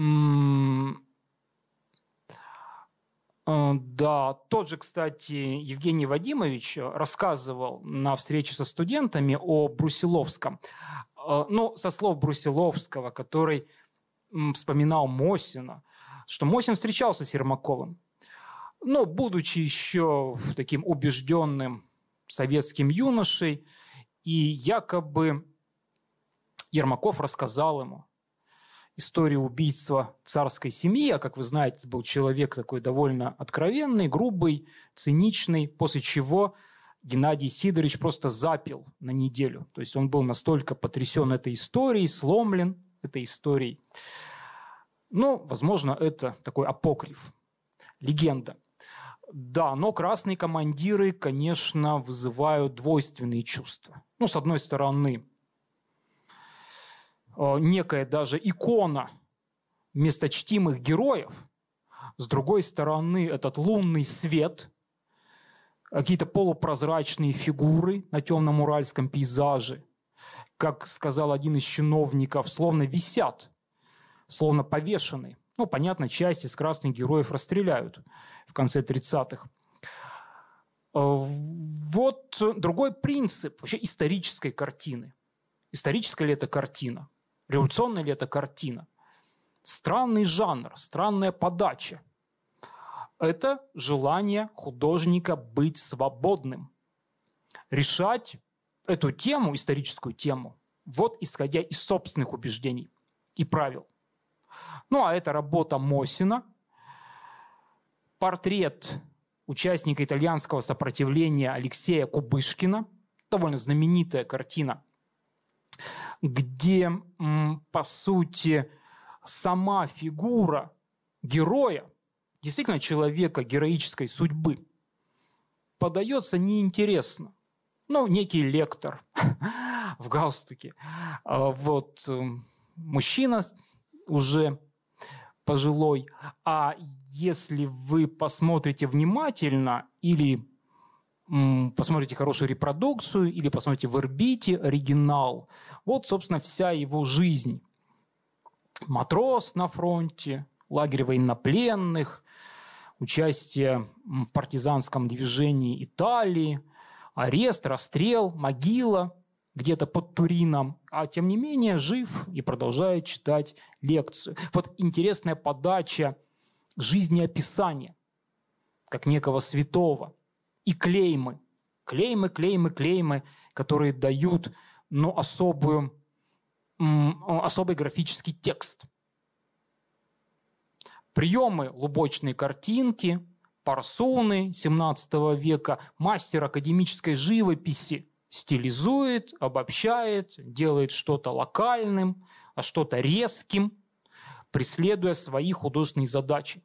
Да, тот же, кстати, Евгений Вадимович рассказывал на встрече со студентами о Брусиловском. Ну, со слов Брусиловского, который вспоминал Мосина, что Мосин встречался с Ермаковым. Но, будучи еще таким убежденным советским юношей, и якобы Ермаков рассказал ему историю убийства царской семьи, а, как вы знаете, это был человек такой довольно откровенный, грубый, циничный, после чего Геннадий Сидорович просто запил на неделю. То есть он был настолько потрясен этой историей, сломлен этой историей. Ну, возможно, это такой апокриф, легенда. Да, но красные командиры, конечно, вызывают двойственные чувства. Ну, с одной стороны, некая даже икона вместо чтимых героев, с другой стороны, этот лунный свет, какие-то полупрозрачные фигуры на темном уральском пейзаже, как сказал один из чиновников, словно висят, словно повешены. Ну, понятно, часть из красных героев расстреляют в конце тридцатых. Вот другой принцип вообще исторической картины. Историческая ли это картина? Революционная ли это картина? Странный жанр, странная подача. Это желание художника быть свободным. Решать эту тему, историческую тему, вот исходя из собственных убеждений и правил. Ну, а это работа Мосина. Портрет участника итальянского сопротивления Алексея Кубышкина. Довольно знаменитая картина, где, по сути, сама фигура героя, действительно человека героической судьбы, подается неинтересно. Ну, некий лектор в галстуке. Вот мужчина уже пожилой. А если вы посмотрите внимательно или м, посмотрите хорошую репродукцию, или посмотрите в орбите оригинал, вот, собственно, вся его жизнь. Матрос на фронте, лагерь военнопленных, участие в партизанском движении Италии, арест, расстрел, могила где-то под Турином, а тем не менее жив и продолжает читать лекцию. Вот интересная подача жизнеописания, как некого святого, и клеймы, клеймы, клеймы, клеймы, которые дают, ну, особую, особый графический текст. Приемы лубочной картинки, парсуны семнадцатого века, мастер академической живописи стилизует, обобщает, делает что-то локальным, а что-то резким, преследуя свои художественные задачи.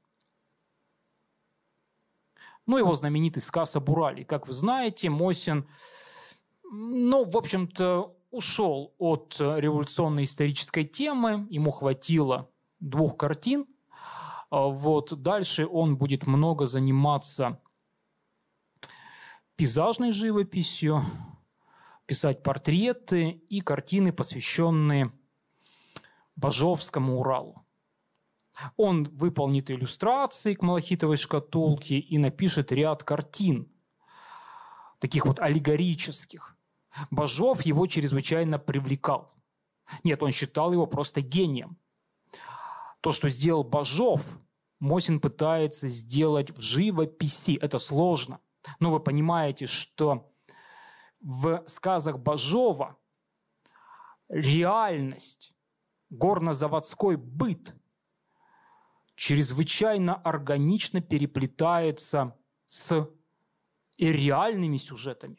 Ну, его знаменитый сказ об Урале. Как вы знаете, Мосин, ну, в общем-то, ушел от революционной исторической темы, ему хватило двух картин. Вот. Дальше он будет много заниматься пейзажной живописью, писать портреты и картины, посвященные Бажовскому Уралу. Он выполнит иллюстрации к малахитовой шкатулке и напишет ряд картин, таких вот аллегорических. Бажов его чрезвычайно привлекал. Нет, он считал его просто гением. То, что сделал Бажов, Мосин пытается сделать в живописи. Это сложно. Но вы понимаете, что в сказах Бажова реальность, горнозаводской быт чрезвычайно органично переплетается с и реальными сюжетами.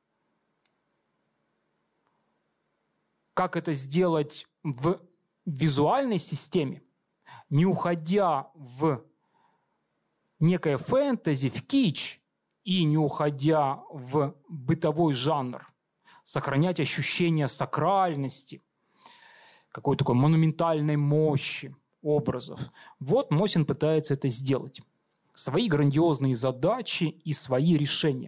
Как это сделать в визуальной системе, не уходя в некое фэнтези, в кич, и не уходя в бытовой жанр, сохранять ощущение сакральности, какой-то такой монументальной мощи образов. Вот Мосин пытается это сделать. Свои грандиозные задачи и свои решения.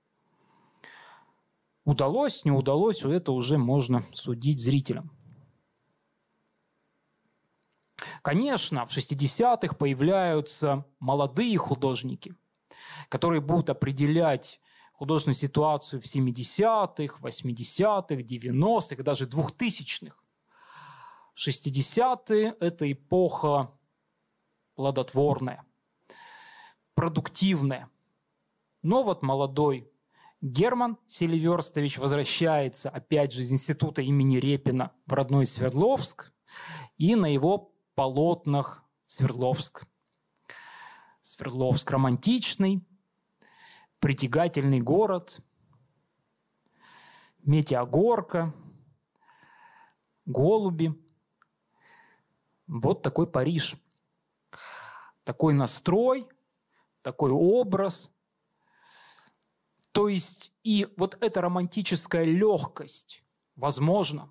Удалось, не удалось, это уже можно судить зрителям. Конечно, в шестидесятых появляются молодые художники, которые будут определять художественную ситуацию в семидесятых, восьмидесятых, девяностых, даже двухтысячных. шестидесятые – это эпоха плодотворная, продуктивная. Но вот молодой Герман Селиверстович возвращается опять же из института имени Репина в родной Свердловск, и на его полотнах Свердловск. Свердловск романтичный, притягательный город, Метеогорка, голуби. Вот такой Париж. Такой настрой, такой образ. То есть и вот эта романтическая легкость, возможно,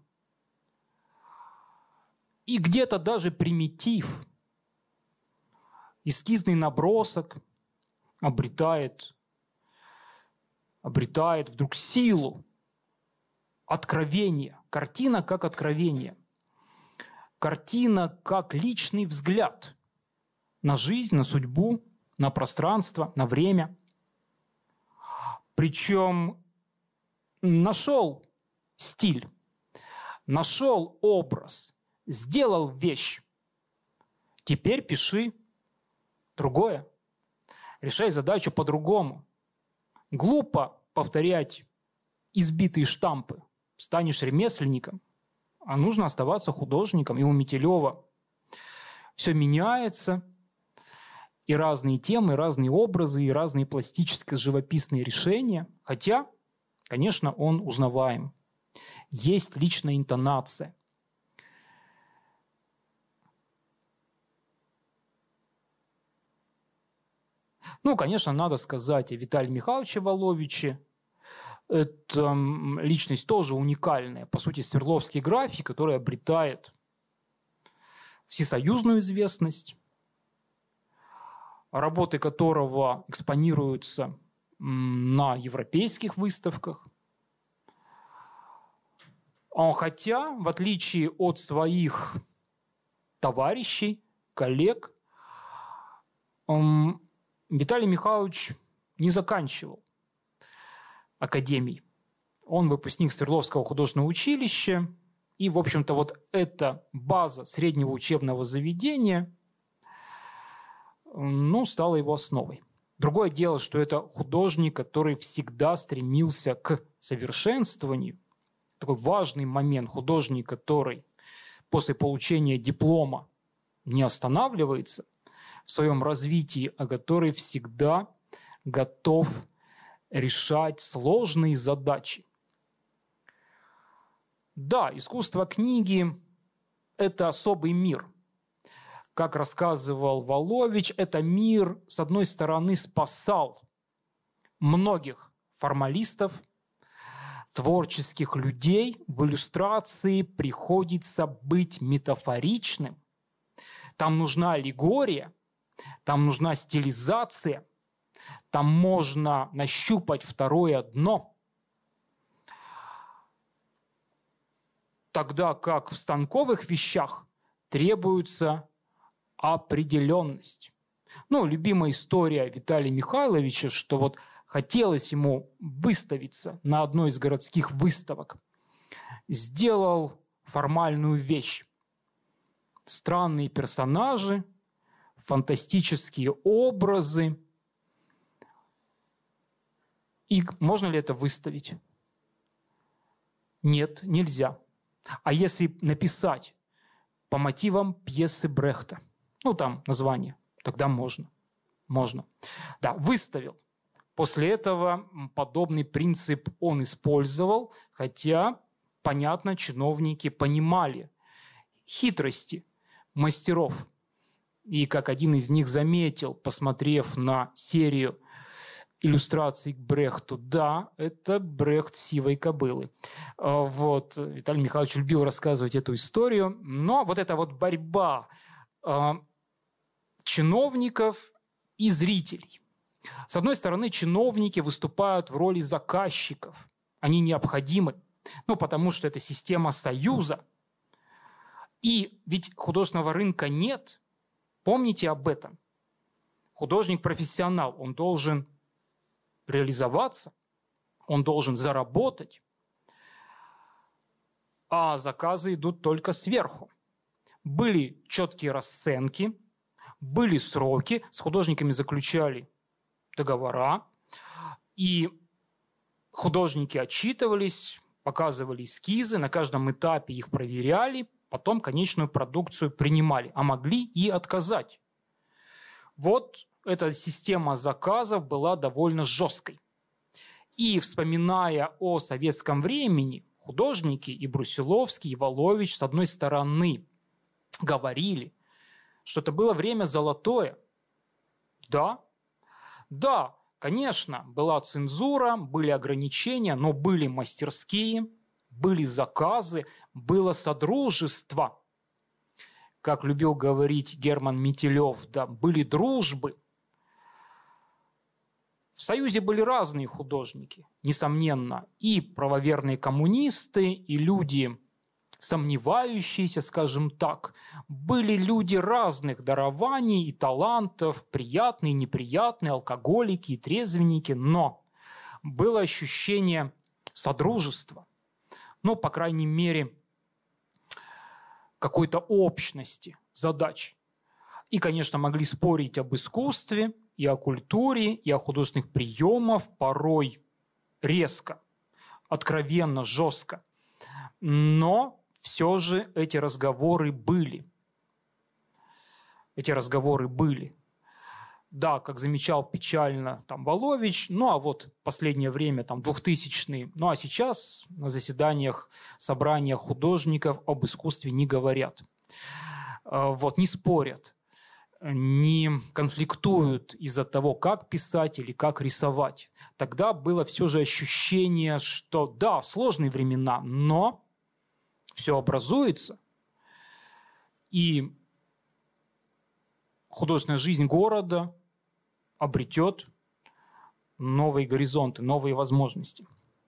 и где-то даже примитив, эскизный набросок обретает, обретает вдруг силу, откровение. Картина как откровение. Картина как личный взгляд на жизнь, на судьбу, на пространство, на время. Причем нашел стиль, нашел образ, сделал вещь. Теперь пиши другое. Решай задачу по-другому. Глупо повторять избитые штампы. Станешь ремесленником, а нужно оставаться художником. И у Метелева все меняется. И разные темы, и разные образы, и разные пластические живописные решения. Хотя, конечно, он узнаваем. Есть личная интонация. Ну, конечно, надо сказать о Виталии Михайловиче Воловиче. Это личность тоже уникальная. По сути, свердловский график, который обретает всесоюзную известность, работы которого экспонируются на европейских выставках. Хотя, в отличие от своих товарищей, коллег, Виталий Михайлович не заканчивал академий. Он выпускник Свердловского художественного училища. И, в общем-то, вот эта база среднего учебного заведения ну, стала его основой. Другое дело, что это художник, который всегда стремился к совершенствованию. Такой важный момент. Художник, который после получения диплома не останавливается в своем развитии, а который всегда готов решать сложные задачи. Да, искусство книги – это особый мир. Как рассказывал Волович, это мир, с одной стороны, спасал многих формалистов, творческих людей. В иллюстрации приходится быть метафоричным. Там нужна аллегория, там нужна стилизация, там можно нащупать второе дно. Тогда как в станковых вещах требуется определенность. Ну, любимая история Виталия Михайловича, что вот хотелось ему выставиться на одной из городских выставок. Сделал формальную вещь. Странные персонажи фантастические образы. И можно ли это выставить? Нет, нельзя. А если написать по мотивам пьесы Брехта, ну там название, тогда можно. Можно. Да, выставил. После этого подобный принцип он использовал, хотя, понятно, чиновники понимали хитрости мастеров. И как один из них заметил, посмотрев на серию иллюстраций к Брехту, да, это Брехт сивой кобылы. Вот. Виталий Михайлович любил рассказывать эту историю. Но вот эта вот борьба чиновников и зрителей. С одной стороны, чиновники выступают в роли заказчиков. Они необходимы, ну, потому что это система союза. И ведь художественного рынка нет. Помните об этом. Художник-профессионал, он должен реализоваться, он должен заработать, а заказы идут только сверху. Были четкие расценки, были сроки, с художниками заключали договора, и художники отчитывались, показывали эскизы, на каждом этапе их проверяли, потом конечную продукцию принимали, а могли и отказать. Вот эта система заказов была довольно жесткой. И вспоминая о советском времени, художники и Брусиловский, и Волович, с одной стороны, говорили, что это было время золотое. Да, да, конечно, была цензура, были ограничения, но были мастерские, были заказы, было содружество. Как любил говорить Герман Метелев, да, были дружбы. В Союзе были разные художники, несомненно, и правоверные коммунисты, и люди, сомневающиеся, скажем так. Были люди разных дарований и талантов, приятные, неприятные, алкоголики и трезвенники, но было ощущение содружества, ну, по крайней мере, какой-то общности задач. И, конечно, могли спорить об искусстве, и о культуре, и о художественных приемах, порой резко, откровенно, жестко. Но все же эти разговоры были. Эти разговоры были. Да, как замечал печально там Волович, ну а вот последнее время, там двухтысячные, ну а сейчас на заседаниях, собраниях художников об искусстве не говорят. Вот, не спорят, не конфликтуют из-за того, как писать или как рисовать. Тогда было все же ощущение, что да, сложные времена, но все образуется, и художественная жизнь города обретет новые горизонты, новые возможности.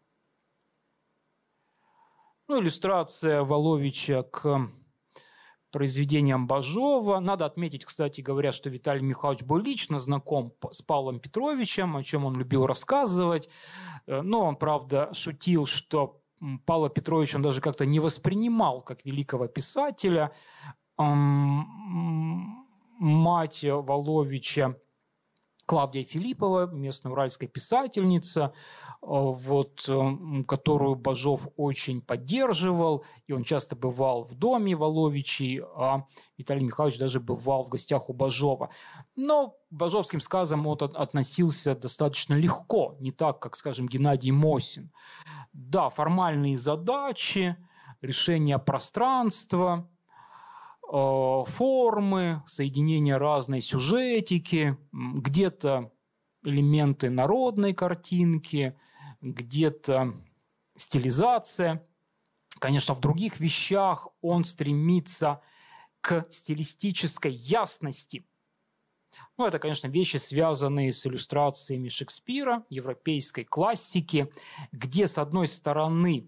Ну, иллюстрация Воловича к произведениям Бажова. Надо отметить, кстати говоря, что Виталий Михайлович был лично знаком с Павлом Петровичем, о чем он любил рассказывать. Но он, правда, шутил, что Павла Петровича он даже как-то не воспринимал как великого писателя. Мать Воловича, Клавдия Филиппова, местная уральская писательница, вот, которую Бажов очень поддерживал, и он часто бывал в доме Воловичей, а Виталий Михайлович даже бывал в гостях у Бажова. Но к бажовским сказам он относился достаточно легко, не так, как, скажем, Геннадий Мосин. Да, формальные задачи, решение пространства, формы, соединение разной сюжетики, где-то элементы народной картинки, где-то стилизация. Конечно, в других вещах он стремится к стилистической ясности. Ну, это, конечно, вещи, связанные с иллюстрациями Шекспира, европейской классики, где, с одной стороны,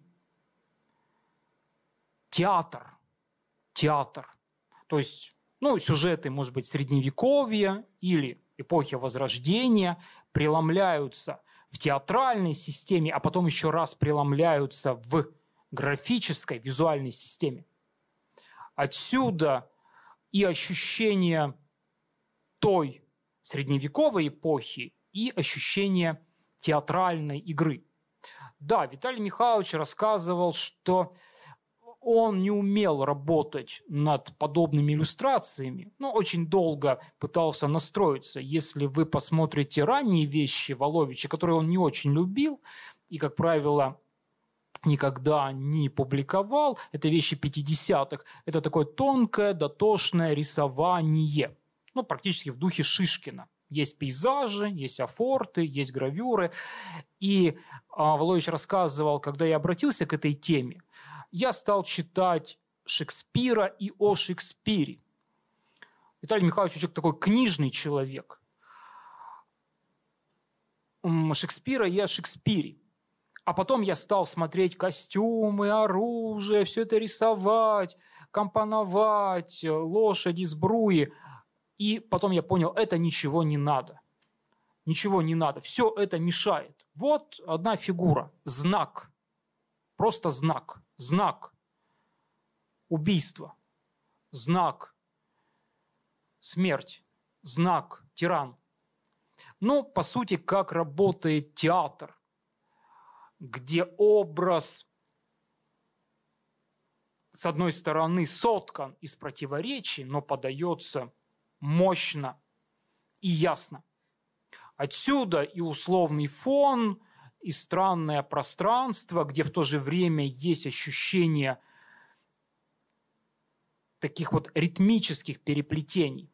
театр, театр, то есть, ну, сюжеты, может быть, Средневековья или эпохи Возрождения преломляются в театральной системе, а потом еще раз преломляются в графической, визуальной системе. Отсюда и ощущение той средневековой эпохи и ощущение театральной игры. Да, Виталий Михайлович рассказывал, что он не умел работать над подобными иллюстрациями, но очень долго пытался настроиться. Если вы посмотрите ранние вещи Воловича, которые он не очень любил и, как правило, никогда не публиковал, это вещи пятидесятых, это такое тонкое, дотошное рисование, ну, практически в духе Шишкина. Есть пейзажи, есть афорты, есть гравюры. И а, Волович рассказывал, когда я обратился к этой теме, я стал читать Шекспира и о Шекспире. Виталий Михайлович человек такой книжный человек. Шекспира и о Шекспире. А потом я стал смотреть костюмы, оружие, все это рисовать, компоновать, лошади, сбруи. И потом я понял, это ничего не надо. Ничего не надо. Все это мешает. Вот одна фигура. Знак. Просто знак. Знак. Убийство. Знак. Смерть. Знак. Тиран. Ну, по сути, как работает театр, где образ, с одной стороны, соткан из противоречий, но подается мощно и ясно. Отсюда и условный фон, и странное пространство, где в то же время есть ощущение таких вот ритмических переплетений.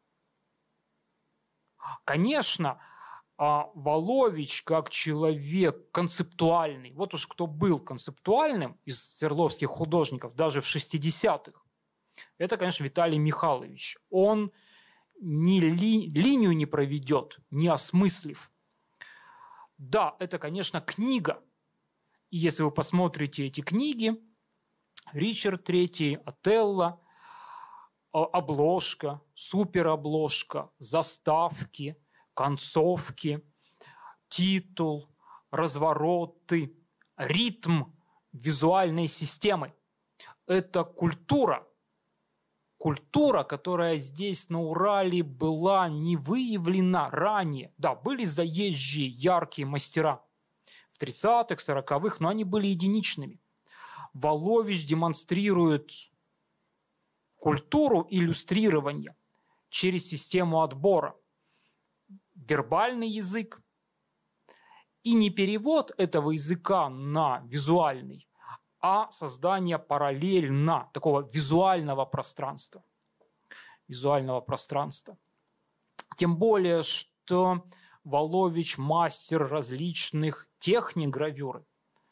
Конечно, Волович как человек концептуальный, вот уж кто был концептуальным из свердловских художников даже в шестидесятых, это, конечно, Виталий Михайлович. Он ни ли, линию не проведет, не осмыслив. Да, это, конечно, книга. И если вы посмотрите эти книги, Ричард третий, Отелло, обложка, суперобложка, заставки, концовки, титул, развороты, ритм визуальной системы. Это культура. Культура, которая здесь на Урале была не выявлена ранее. Да, были заезжие, яркие мастера в тридцатых, сороковых, но они были единичными. Волович демонстрирует культуру иллюстрирования через систему отбора. Вербальный язык и не перевод этого языка на визуальный, а создание параллельно такого визуального пространства. Визуального пространства. Тем более, что Волович мастер различных техник гравюры.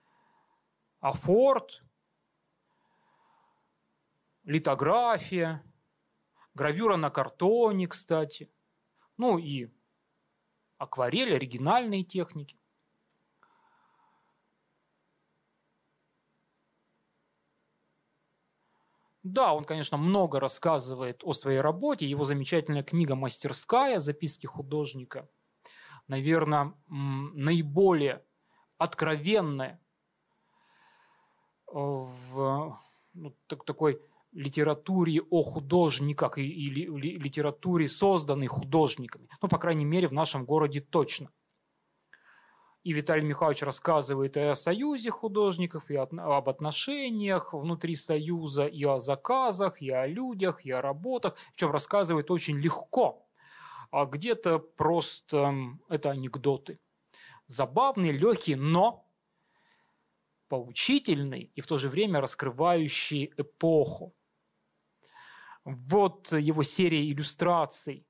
Афорт, литография, гравюра на картоне, кстати. Ну и акварель, оригинальные техники. Да, он, конечно, много рассказывает о своей работе. Его замечательная книга «Мастерская. Записки художника», наверное, наиболее откровенная в ну, так, такой литературе о художниках и, и литературе, созданной художниками. Ну, по крайней мере, в нашем городе точно. И Виталий Михайлович рассказывает и о союзе художников, и об отношениях внутри союза, и о заказах, и о людях, и о работах. Причем рассказывает очень легко. А где-то просто это анекдоты. Забавные, легкие, но поучительные и в то же время раскрывающие эпоху. Вот его серия иллюстраций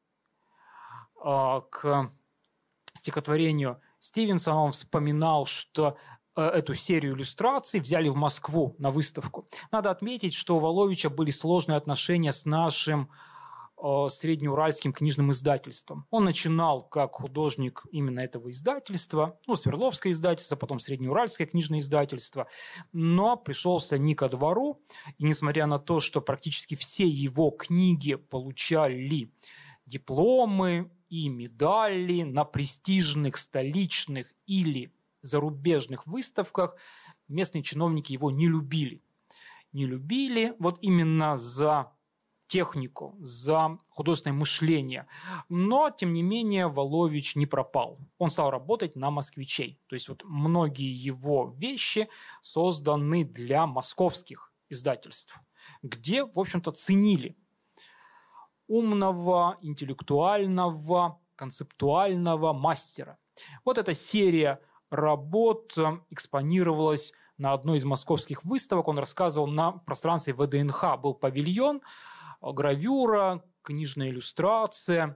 к стихотворению Стивенсона. Он вспоминал, что эту серию иллюстраций взяли в Москву на выставку. Надо отметить, что у Воловича были сложные отношения с нашим среднеуральским книжным издательством. Он начинал как художник именно этого издательства, ну, Свердловское издательство, потом Среднеуральское книжное издательство, но пришелся не ко двору, и несмотря на то, что практически все его книги получали дипломы и медали на престижных столичных или зарубежных выставках, местные чиновники его не любили. Не любили вот именно за технику, за художественное мышление. Но, тем не менее, Волович не пропал. Он стал работать на москвичей. То есть вот многие его вещи созданы для московских издательств, где, в общем-то, ценили умного, интеллектуального, концептуального мастера. Вот эта серия работ экспонировалась на одной из московских выставок. Он рассказывал, на пространстве вэ дэ эн ха был павильон, гравюра, книжная иллюстрация.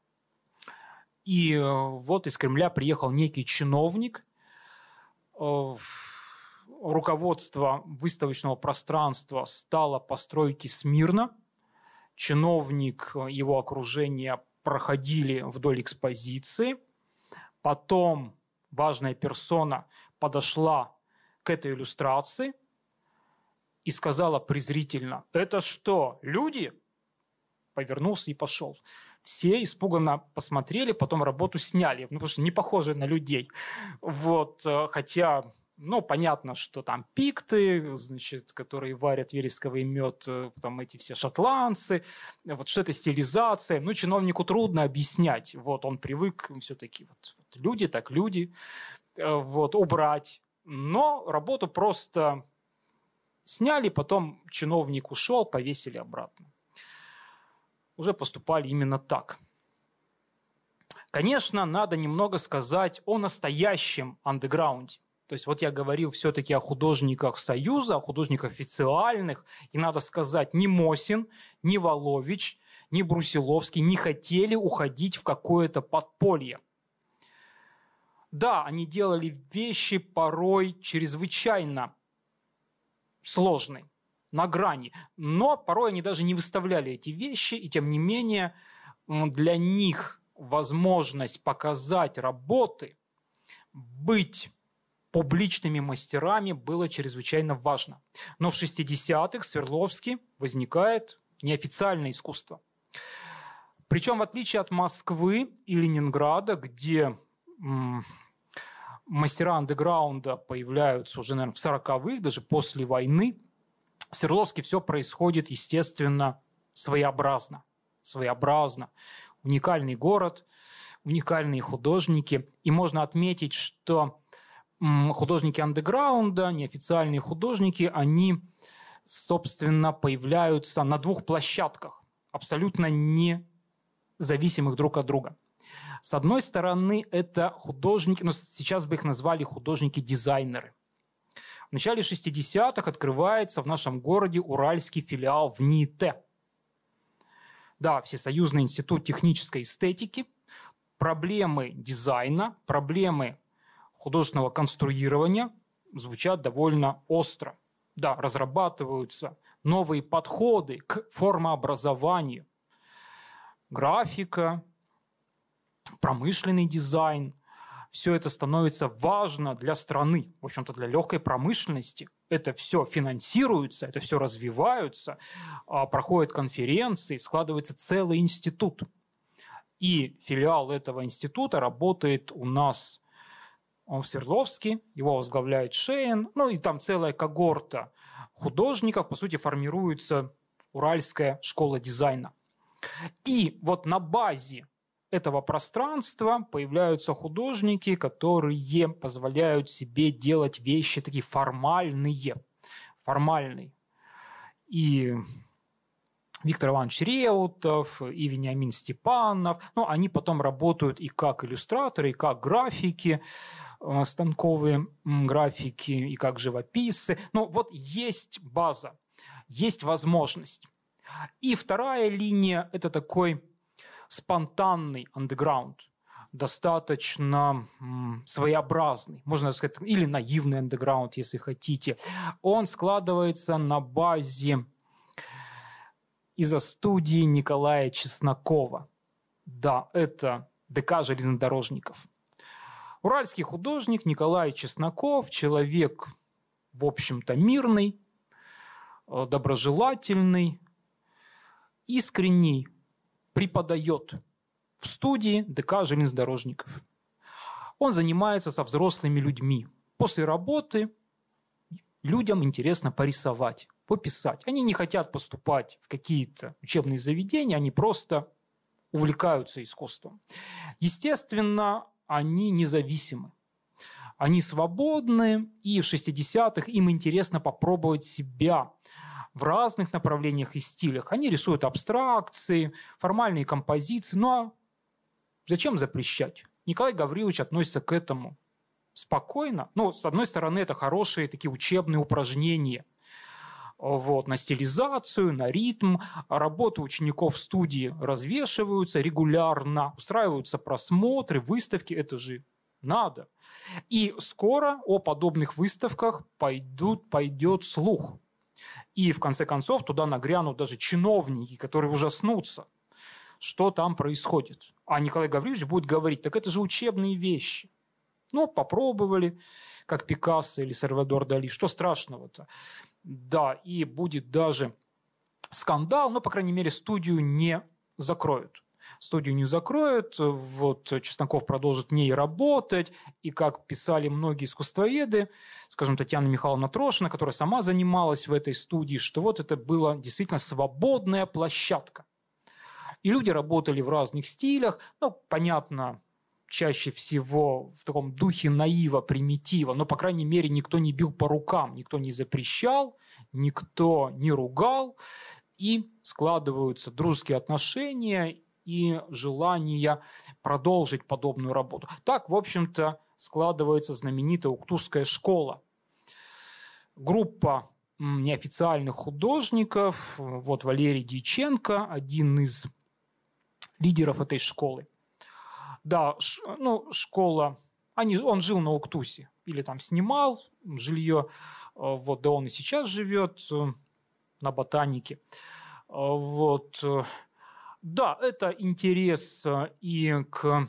И вот из Кремля приехал некий чиновник. Руководство выставочного пространства стало постройки смирно. Чиновник, его окружение проходили вдоль экспозиции. Потом важная персона подошла к этой иллюстрации и сказала презрительно: «Это что, люди?» Повернулся и пошел. Все испуганно посмотрели, потом работу сняли, ну, потому что не похожи на людей. Вот, хотя, ну, понятно, что там пикты, значит, которые варят вересковый мед, там эти все шотландцы, вот что это стилизация. Ну, чиновнику трудно объяснять. Вот, он привык все-таки, вот, вот люди так люди, вот, убрать. Но работу просто сняли, потом чиновник ушел, повесили обратно. Уже поступали именно так. Конечно, надо немного сказать о настоящем андеграунде. То есть вот я говорил все-таки о художниках Союза, о художниках официальных, и надо сказать, ни Мосин, ни Волович, ни Брусиловский не хотели уходить в какое-то подполье. Да, они делали вещи порой чрезвычайно сложные, на грани, но порой они даже не выставляли эти вещи, и тем не менее для них возможность показать работы, быть публичными мастерами было чрезвычайно важно. Но в шестидесятых в Свердловске возникает неофициальное искусство. Причем в отличие от Москвы и Ленинграда, где м- мастера андеграунда появляются уже, наверное, в сороковых, даже после войны, в Свердловске все происходит, естественно, своеобразно. Своеобразно. Уникальный город, уникальные художники. И можно отметить, что художники андеграунда, неофициальные художники, они, собственно, появляются на двух площадках, абсолютно не зависимых друг от друга. С одной стороны, это художники, ну, сейчас бы их назвали художники-дизайнеры. В начале шестидесятых открывается в нашем городе уральский филиал в НИИТ. Да, Всесоюзный институт технической эстетики. Проблемы дизайна, проблемы художественного конструирования звучат довольно остро. Да, разрабатываются новые подходы к формообразованию. Графика, промышленный дизайн. Все это становится важно для страны, в общем-то, для легкой промышленности. Это все финансируется, это все развивается, проходят конференции, складывается целый институт. И филиал этого института работает у нас в Свердловске, его возглавляет Шейн, ну и там целая когорта художников, по сути, формируется Уральская школа дизайна. И вот на базе этого пространства появляются художники, которые позволяют себе делать вещи такие формальные. Формальные. И Виктор Иванович Реутов, и Вениамин Степанов. Ну, они потом работают и как иллюстраторы, и как графики, станковые графики, и как живописцы. Ну, вот есть база, есть возможность. И вторая линия – это такой спонтанный андеграунд, достаточно м, своеобразный, можно сказать, или наивный андеграунд, если хотите. Он складывается на базе изо-студии Николая Чеснокова. Да, это ДК железнодорожников. Уральский художник Николай Чесноков, человек, в общем-то, мирный, доброжелательный, искренний, преподает в студии ДК железнодорожников. Он занимается со взрослыми людьми. После работы людям интересно порисовать. пописать. Они не хотят поступать в какие-то учебные заведения, они просто увлекаются искусством. Естественно, они независимы. Они свободны, и в шестидесятых им интересно попробовать себя в разных направлениях и стилях. Они рисуют абстракции, формальные композиции. Ну а зачем запрещать? Николай Гаврилович относится к этому спокойно. Ну, с одной стороны, это хорошие такие учебные упражнения. Вот, на стилизацию, на ритм. Работы учеников в студии развешиваются регулярно, устраиваются просмотры, выставки. Это же надо. И скоро о подобных выставках пойдут, пойдет слух. И в конце концов туда нагрянут даже чиновники, которые ужаснутся, что там происходит. А Николай Гаврилович будет говорить: так это же учебные вещи. Ну, попробовали, как Пикассо или Сальвадор Дали. Что страшного-то? Да, и будет даже скандал, но, по крайней мере, студию не закроют. Студию не закроют, вот Чесноков продолжит в ней работать, и, как писали многие искусствоведы, скажем, Татьяна Михайловна Трошина, которая сама занималась в этой студии, что вот это была действительно свободная площадка. И люди работали в разных стилях, ну, понятно, чаще всего в таком духе наива, примитива, но, по крайней мере, никто не бил по рукам, никто не запрещал, никто не ругал, и складываются дружеские отношения и желание продолжить подобную работу. Так, в общем-то, складывается знаменитая Уктусская школа. Группа неофициальных художников, вот Валерий Дьяченко, один из лидеров этой школы. Да, ш, ну, школа, они, он жил на Уктусе, или там снимал жилье, вот, да он и сейчас живет на Ботанике. Вот. Да, это интерес и к,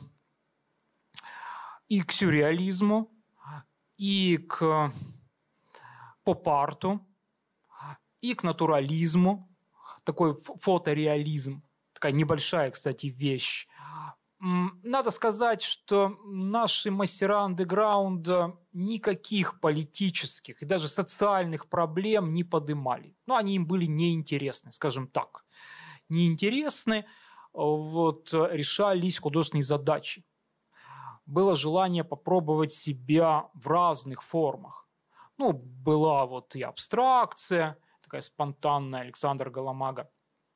и к сюрреализму, и к поп-арту, и к натурализму, такой фотореализм, такая небольшая, кстати, вещь. Надо сказать, что наши мастера андеграунда никаких политических и даже социальных проблем не поднимали. Ну, они им были неинтересны, скажем так. Неинтересны, вот, решались художественные задачи. Было желание попробовать себя в разных формах. Ну, была вот и абстракция, такая спонтанная, Александр Галамага.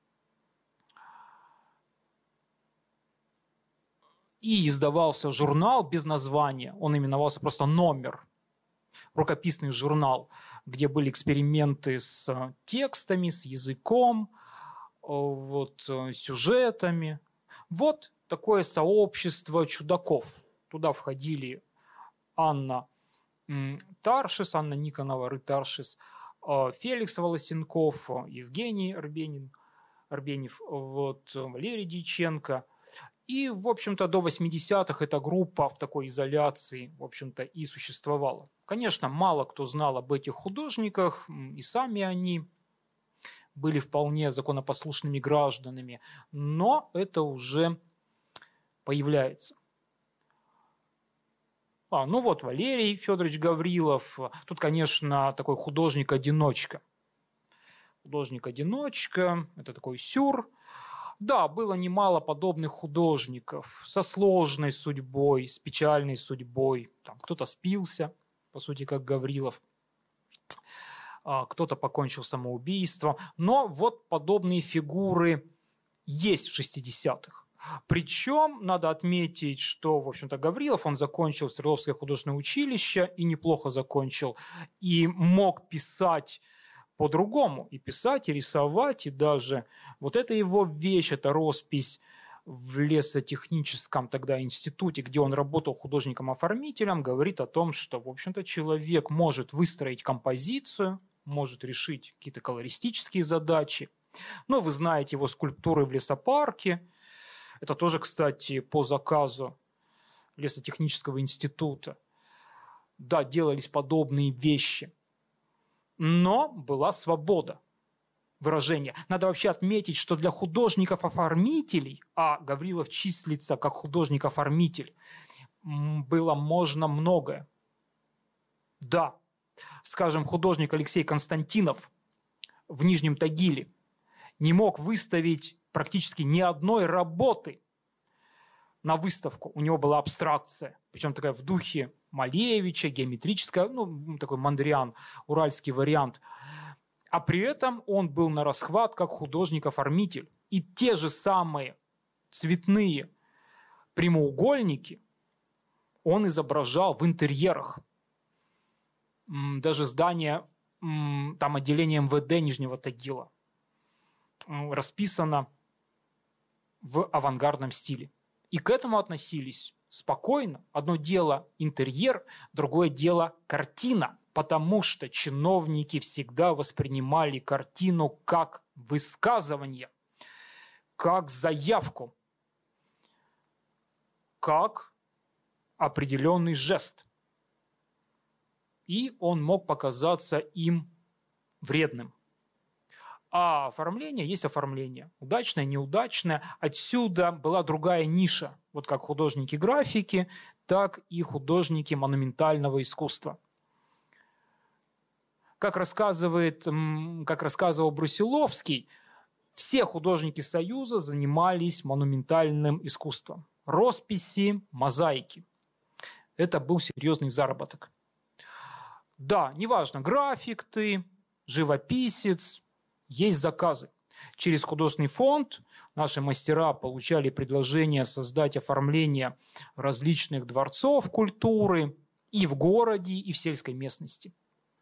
И издавался журнал без названия, он именовался просто «Номер», рукописный журнал, где были эксперименты с текстами, с языком, вот, сюжетами. Вот такое сообщество чудаков. Туда входили Анна Таршис, Анна Никонова, Рытаршис, Феликс Волосенков, Евгений Арбенин, Арбенев, вот, Валерий Дьяченко. И, в общем-то, до восьмидесятых эта группа в такой изоляции, в общем-то, и существовала. Конечно, мало кто знал об этих художниках, и сами они были вполне законопослушными гражданами, но это уже появляется. А, ну вот Валерий Федорович Гаврилов, тут, конечно, такой художник-одиночка. Художник-одиночка, это такой сюр. Да, было немало подобных художников со сложной судьбой, с печальной судьбой. Там кто-то спился, по сути, как Гаврилов, кто-то покончил самоубийством. Но вот подобные фигуры есть в шестидесятых. Причем надо отметить, что, в общем-то, Гаврилов, он закончил Свердловское художественное училище и неплохо закончил, и мог писать по-другому, и писать, и рисовать, и даже вот это его вещь, это роспись в лесотехническом тогда институте, где он работал художником-оформителем, говорит о том, что, в общем-то, человек может выстроить композицию, может решить какие-то колористические задачи. Ну, вы знаете его скульптуры в лесопарке. Это тоже, кстати, по заказу лесотехнического института. Да, делались подобные вещи. Но была свобода выражения. Надо вообще отметить, что для художников-оформителей, а Гаврилов числится как художник-оформитель, было можно многое. Да, скажем, художник Алексей Константинов, в Нижнем Тагиле не мог выставить практически ни одной работы на выставку. У него была абстракция, причем такая в духе Малевича, геометрическая, ну, такой Мондриан, уральский вариант. А при этом он был на расхват как художник-оформитель. И те же самые цветные прямоугольники он изображал в интерьерах. Даже здание, там отделение эм вэ дэ Нижнего Тагила расписано в авангардном стиле. И к этому относились спокойно. Одно дело интерьер, другое дело картина, потому что чиновники всегда воспринимали картину как высказывание, как заявку, как определенный жест. И он мог показаться им вредным. А оформление есть оформление. Удачное, неудачное. Отсюда была другая ниша. Вот как художники графики, так и художники монументального искусства. Как рассказывает, как рассказывал Брусиловский, все художники Союза занимались монументальным искусством. Росписи, мозаики. Это был серьезный заработок. Да, неважно, график ты, живописец, есть заказы. Через художественный фонд наши мастера получали предложение создать оформление различных дворцов культуры и в городе, и в сельской местности.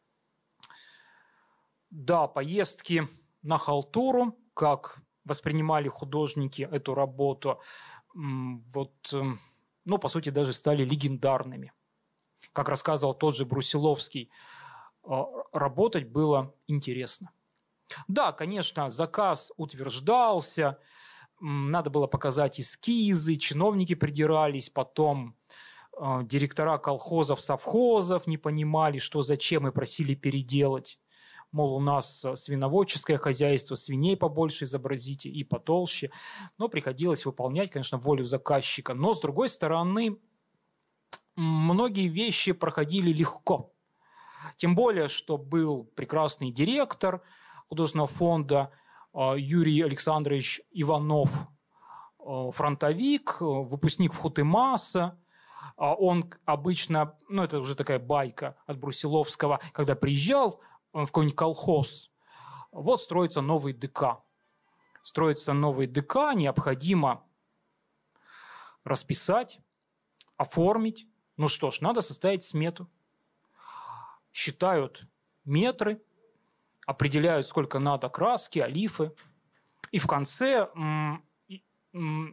Да, поездки на халтуру, как воспринимали художники эту работу, вот, ну, по сути, даже стали легендарными. Как рассказывал тот же Брусиловский, работать было интересно. Да, конечно, заказ утверждался, надо было показать эскизы, чиновники придирались, потом э, директора колхозов, совхозов не понимали, что зачем, и просили переделать. Мол, у нас свиноводческое хозяйство, свиней побольше изобразите и потолще. Но приходилось выполнять, конечно, волю заказчика. Но, с другой стороны, многие вещи проходили легко. Тем более, что был прекрасный директор художественного фонда Юрий Александрович Иванов, фронтовик, выпускник ФХУТы-МАСа. Он обычно, ну это уже такая байка от Брусиловского, когда приезжал в какой-нибудь колхоз, вот строится новый ДК. Строится новый ДК, необходимо расписать, оформить. Ну что ж, надо составить смету. Считают метры, определяют, сколько надо краски, олифы. И в конце м, м,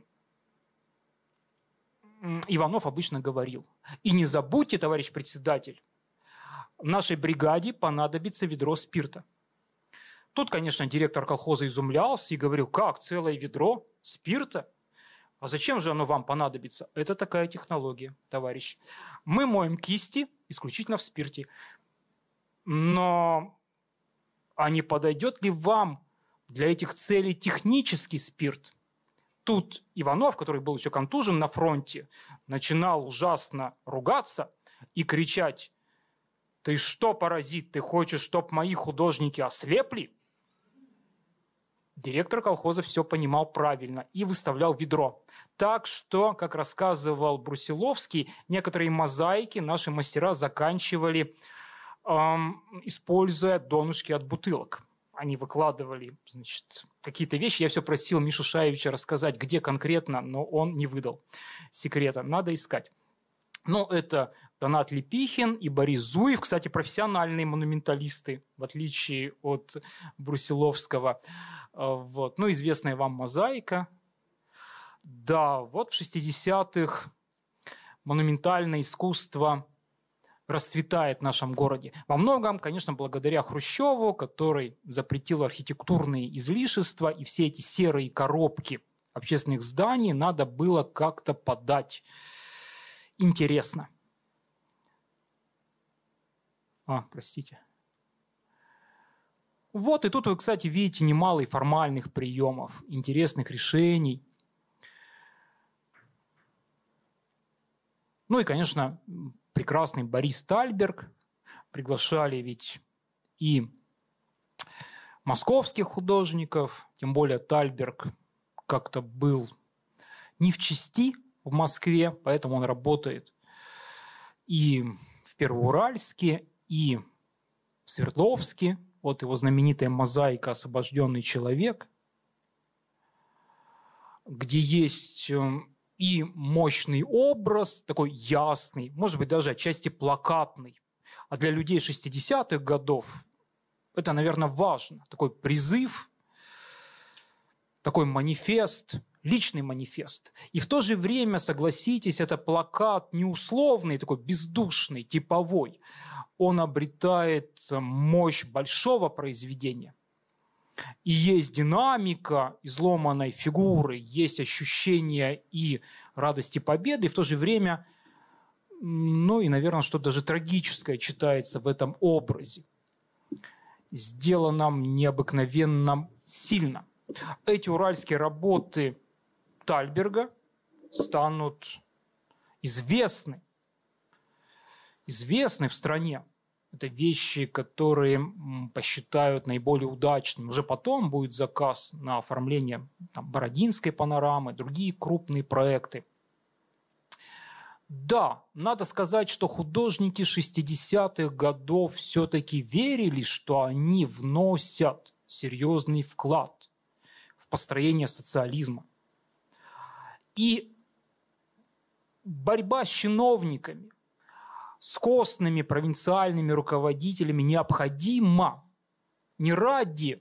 Иванов обычно говорил: и не забудьте, товарищ председатель, нашей бригаде понадобится ведро спирта. Тут, конечно, директор колхоза изумлялся и говорил: как, целое ведро спирта? А зачем же оно вам понадобится? Это такая технология, товарищ. Мы моем кисти исключительно в спирте. Но а не подойдет ли вам для этих целей технический спирт? Тут Иванов, который был еще контужен на фронте, начинал ужасно ругаться и кричать: ты что, паразит, ты хочешь, чтоб мои художники ослепли? Директор колхоза все понимал правильно и выставлял ведро. Так что, как рассказывал Брусиловский, некоторые мозаики наши мастера заканчивали, эм, используя донышки от бутылок. Они выкладывали, значит, какие-то вещи. Я все просил Мишу Шаевича рассказать, где конкретно, но он не выдал секрета. Надо искать. Ну, это Донат Лепихин и Борис Зуев, кстати, профессиональные монументалисты, в отличие от Брусиловского. Вот. Ну, известная вам мозаика. Да, вот в шестидесятых монументальное искусство расцветает в нашем городе. Во многом, конечно, благодаря Хрущеву, который запретил архитектурные излишества, и все эти серые коробки общественных зданий надо было как-то подать интересно. А, простите. Вот, и тут вы, кстати, видите немало и формальных приемов, интересных решений. Ну и, конечно, прекрасный Борис Тальберг. Приглашали ведь и московских художников, тем более Тальберг как-то был не в чести в Москве, поэтому он работает и в Первоуральске, и в Свердловске. Вот его знаменитая мозаика «Освобожденный человек», где есть и мощный образ, такой ясный, может быть, даже отчасти плакатный. А для людей шестидесятых годов это, наверное, важно. Такой призыв, такой манифест, личный манифест. И в то же время, согласитесь, это плакат не условный, такой бездушный, типовой. Он обретает мощь большого произведения. И есть динамика изломанной фигуры, есть ощущение и радости победы, и в то же время, ну и, наверное, что-то даже трагическое читается в этом образе. Сделано необыкновенно сильно. Эти уральские работы Тальберга станут известны, известны в стране. Это вещи, которые посчитают наиболее удачными. Уже потом будет заказ на оформление там, Бородинской панорамы, другие крупные проекты. Да, надо сказать, что художники шестидесятых годов все-таки верили, что они вносят серьезный вклад в построение социализма. И борьба с чиновниками, с костными провинциальными руководителями необходима не ради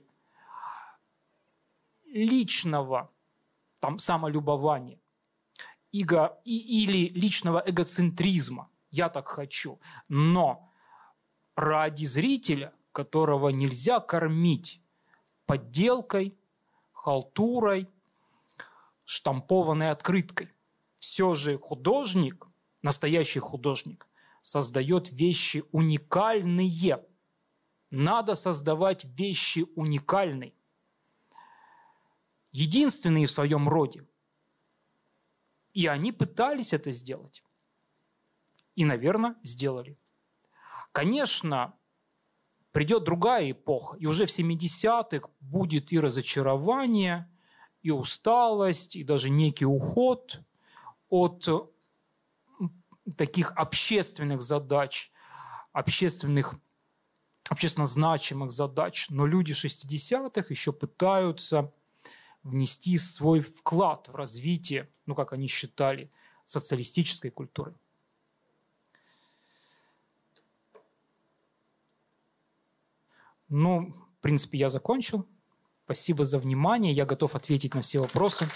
личного там, самолюбования иго, и, или личного эгоцентризма. Я так хочу. Но ради зрителя, которого нельзя кормить подделкой, халтурой, штампованной открыткой. Все же художник, настоящий художник, создает вещи уникальные. Надо создавать вещи уникальные. Единственные в своем роде. И они пытались это сделать. И, наверное, сделали. Конечно, придет другая эпоха. И уже в семидесятых будет и разочарование, и усталость, и даже некий уход от таких общественных задач, общественных, общественно значимых задач. Но люди шестидесятых еще пытаются внести свой вклад в развитие, ну, как они считали, социалистической культуры. Ну, в принципе, я закончил. Спасибо за внимание. Я готов ответить на все вопросы.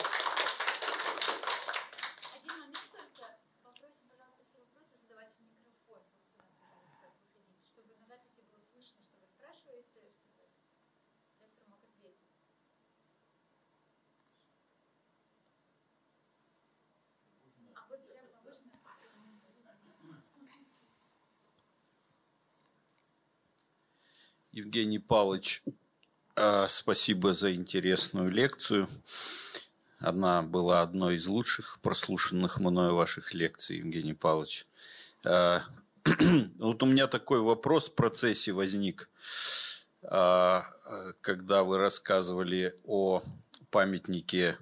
Евгений Павлович, спасибо за интересную лекцию. Она была одной из лучших прослушанных мною ваших лекций, Евгений Павлович. Вот у меня такой вопрос в процессе возник, когда вы рассказывали о памятнике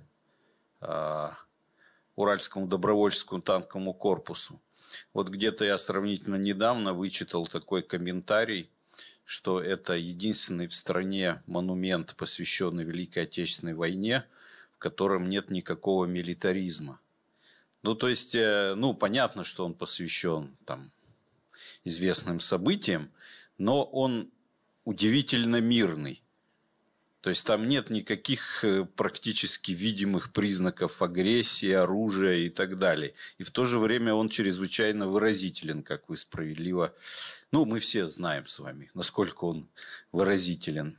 Уральскому добровольческому танковому корпусу. Вот где-то я сравнительно недавно вычитал такой комментарий, что это единственный в стране монумент, посвященный Великой Отечественной войне, в котором нет никакого милитаризма. Ну, то есть, ну, понятно, что он посвящен там известным событиям, но он удивительно мирный. То есть, там нет никаких практически видимых признаков агрессии, оружия и так далее. И в то же время он чрезвычайно выразителен, как вы справедливо... Ну, мы все знаем с вами, насколько он выразителен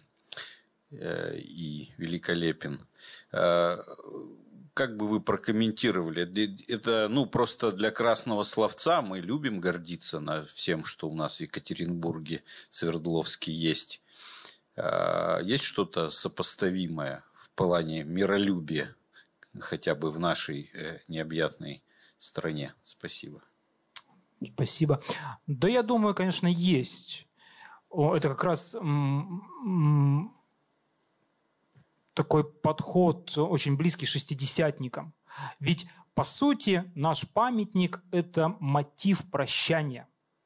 и великолепен. Как бы вы прокомментировали? Это, ну, просто для красного словца мы любим гордиться на всем, что у нас в Екатеринбурге, Свердловске есть. Есть что-то сопоставимое в плане миролюбия, хотя бы в нашей необъятной стране? Спасибо. Спасибо. Да, я думаю, конечно, есть. Это как раз такой подход очень близкий шестидесятникам. Ведь, по сути, наш памятник – это мотив прощания.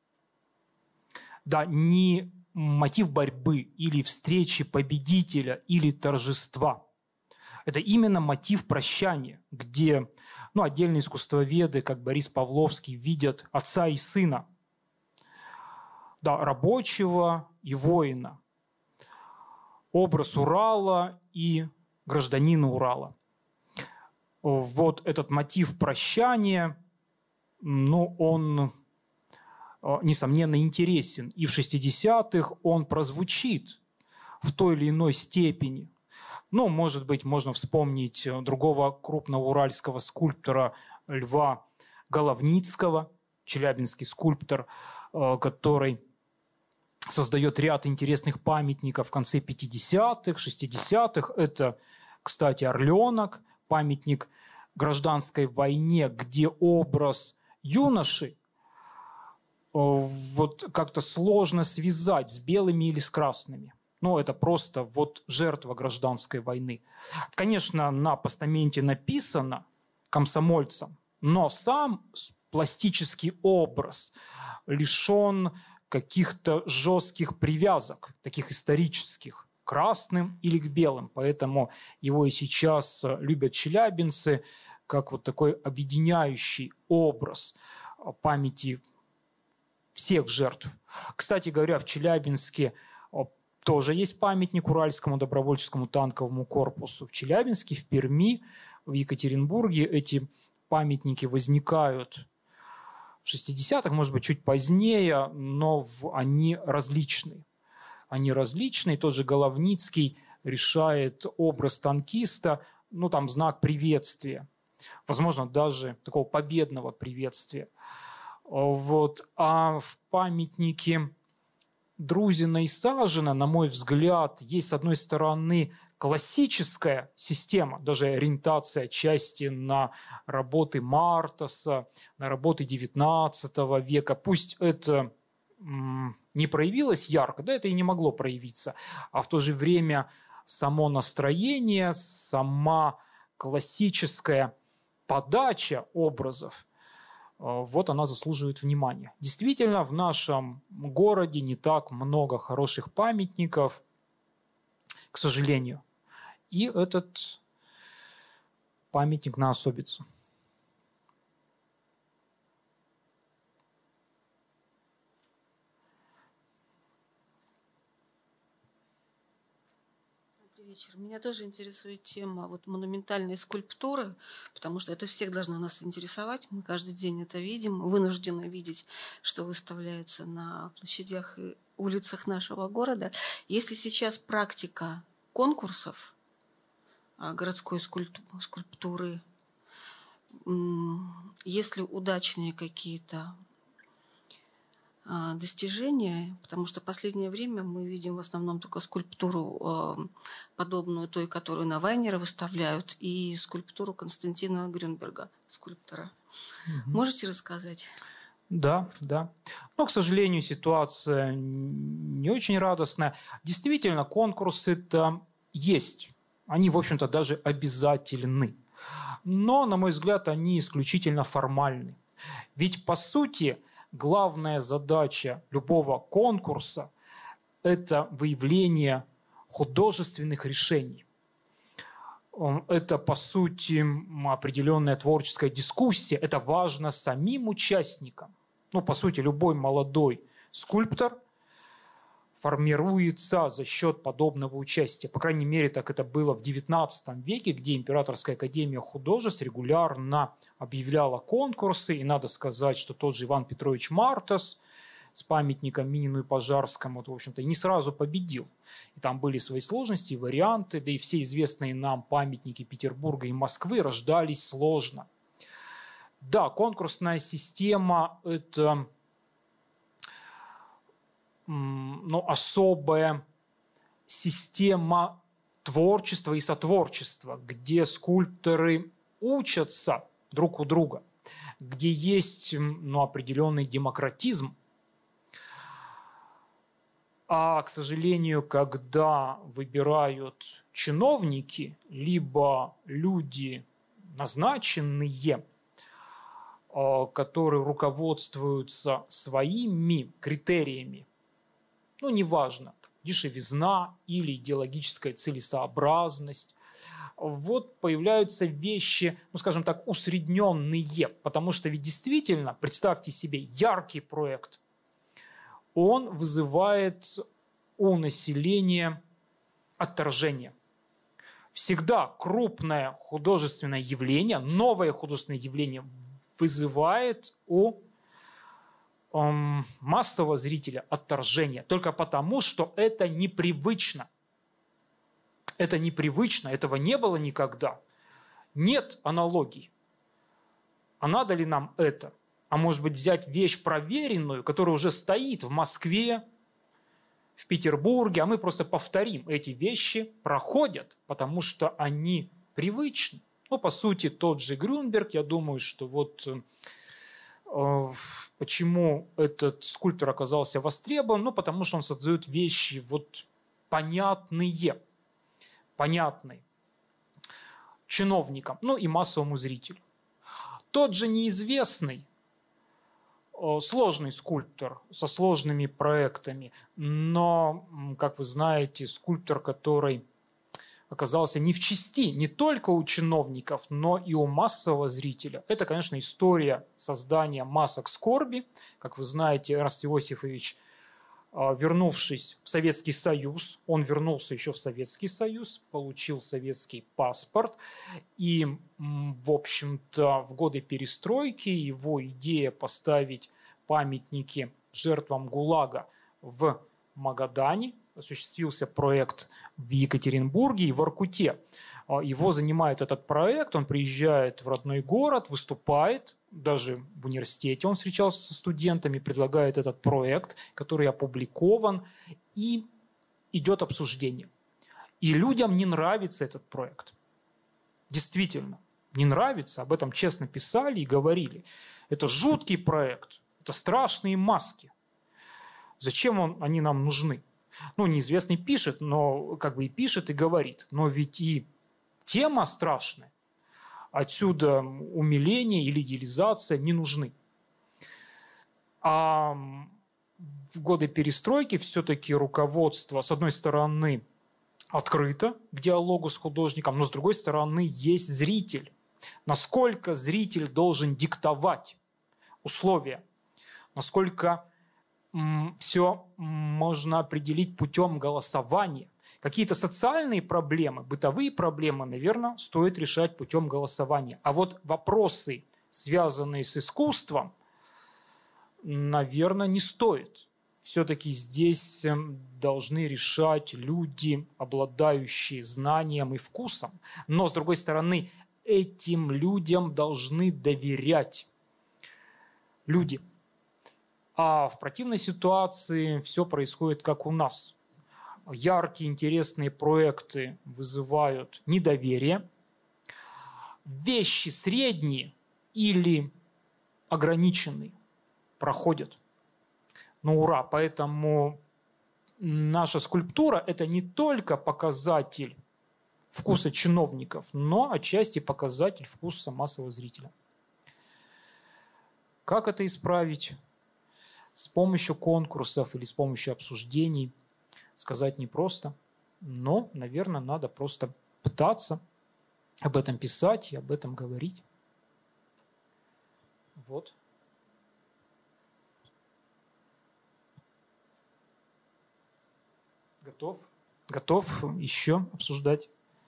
Да, не мотив борьбы или встречи победителя или торжества. Это именно мотив прощания, где ну, отдельные искусствоведы, как Борис Павловский, видят отца и сына, да, рабочего и воина, образ Урала и гражданина Урала. Вот этот мотив прощания, ну, он, несомненно, интересен. И в шестидесятых он прозвучит в той или иной степени. Ну, может быть, можно вспомнить другого крупного уральского скульптора Льва Головницкого, челябинский скульптор, который создает ряд интересных памятников в конце пятидесятых, шестидесятых. Это, кстати, «Орленок», памятник гражданской войне, где образ юноши вот как-то сложно связать с белыми или с красными. Ну, это просто вот жертва гражданской войны. Конечно, на постаменте написано комсомольцам, но сам пластический образ лишен каких-то жестких привязок, таких исторических, к красным или к белым. Поэтому его и сейчас любят челябинцы как вот такой объединяющий образ памяти всех жертв. Кстати говоря, в Челябинске тоже есть памятник Уральскому добровольческому танковому корпусу. В Челябинске, в Перми, в Екатеринбурге эти памятники возникают в шестидесятых, может быть, чуть позднее, но они различны. Они различны. Тот же Головницкий решает образ танкиста, ну, там знак приветствия. Возможно, даже такого победного приветствия. Вот. А в памятнике Друзина и Сажина, на мой взгляд, есть, с одной стороны, классическая система, даже ориентация отчасти на работы Мартаса, на работы девятнадцатого века. Пусть это м, не проявилось ярко, да, это и не могло проявиться, а в то же время само настроение, сама классическая подача образов, вот она заслуживает внимания. Действительно, в нашем городе не так много хороших памятников, к сожалению. И этот памятник на особицу. Вечер. Меня тоже интересует тема вот монументальной скульптуры, потому что это всех должно нас интересовать. Мы каждый день это видим, вынуждены видеть, что выставляется на площадях и улицах нашего города. Если сейчас практика конкурсов городской скульптуры, если удачные какие-то достижения, потому что в последнее время мы видим в основном только скульптуру, подобную той, которую на Вайнера выставляют, и скульптуру Константина Грюнберга, скульптора. Угу. Можете рассказать? Да, да. Но, к сожалению, ситуация не очень радостная. Действительно, конкурсы-то есть. Они, в общем-то, даже обязательны. Но, на мой взгляд, они исключительно формальны. Ведь, по сути, главная задача любого конкурса – это выявление художественных решений. Это, по сути, определенная творческая дискуссия. Это важно самим участникам. Ну, по сути, любой молодой скульптор формируется за счет подобного участия. По крайней мере, так это было в девятнадцатом веке, где Императорская академия художеств регулярно объявляла конкурсы. И надо сказать, что тот же Иван Петрович Мартас с памятником Минину и Пожарскому, в общем-то, не сразу победил. И там были свои сложности, варианты, да и все известные нам памятники Петербурга и Москвы рождались сложно. Да, конкурсная система – это ну, особая система творчества и сотворчества, где скульпторы учатся друг у друга, где есть ну, определенный демократизм. А, к сожалению, когда выбирают чиновники, либо люди назначенные, которые руководствуются своими критериями, ну, неважно, дешевизна или идеологическая целесообразность, вот появляются вещи, ну, скажем так, усредненные, потому что ведь действительно, представьте себе, яркий проект, он вызывает у населения отторжение. Всегда крупное художественное явление, новое художественное явление вызывает у эм, массового зрителя отторжение, только потому, что это непривычно. Это непривычно, этого не было никогда. Нет аналогий. А надо ли нам это? А может быть взять вещь проверенную, которая уже стоит в Москве, в Петербурге, а мы просто повторим. Эти вещи проходят, потому что они привычны. Ну, по сути, тот же Грюнберг, я думаю, что вот э, почему этот скульптор оказался востребован, ну, потому что он создает вещи вот понятные, понятные чиновникам, ну и массовому зрителю. Тот же неизвестный, сложный скульптор со сложными проектами, но, как вы знаете, скульптор, который оказался не в чести не только у чиновников, но и у массового зрителя. Это, конечно, история создания масок скорби. Как вы знаете, Эраст Иосифович, вернувшись в Советский Союз, он вернулся еще в Советский Союз, получил советский паспорт, и, в общем-то, в годы перестройки его идея поставить памятники жертвам ГУЛАГа в Магадане, осуществился проект в Екатеринбурге и в Воркуте. Его занимает этот проект, он приезжает в родной город, выступает, даже в университете он встречался со студентами, предлагает этот проект, который опубликован, и идет обсуждение. И людям не нравится этот проект. Действительно, не нравится, об этом честно писали и говорили. Это жуткий проект, это страшные маски. Зачем он, они нам нужны? Ну, неизвестный пишет, но как бы и пишет, и говорит. Но ведь и тема страшная. Отсюда умиление или идеализация не нужны. А в годы перестройки все-таки руководство, с одной стороны, открыто к диалогу с художником, но с другой стороны, есть зритель. Насколько зритель должен диктовать условия, насколько м, все можно определить путем голосования. Какие-то социальные проблемы, бытовые проблемы, наверное, стоит решать путем голосования. А вот вопросы, связанные с искусством, наверное, не стоит. Все-таки здесь должны решать люди, обладающие знанием и вкусом. Но, с другой стороны, этим людям должны доверять люди. А в противной ситуации все происходит как у нас. Яркие, интересные проекты вызывают недоверие. Вещи средние или ограниченные проходят. Ну, ура! Поэтому наша скульптура – это не только показатель вкуса чиновников, но отчасти показатель вкуса массового зрителя. Как это исправить? С помощью конкурсов или с помощью обсуждений сказать непросто, но, наверное, надо просто пытаться об этом писать и об этом говорить. Вот. Готов? Готов еще обсуждать?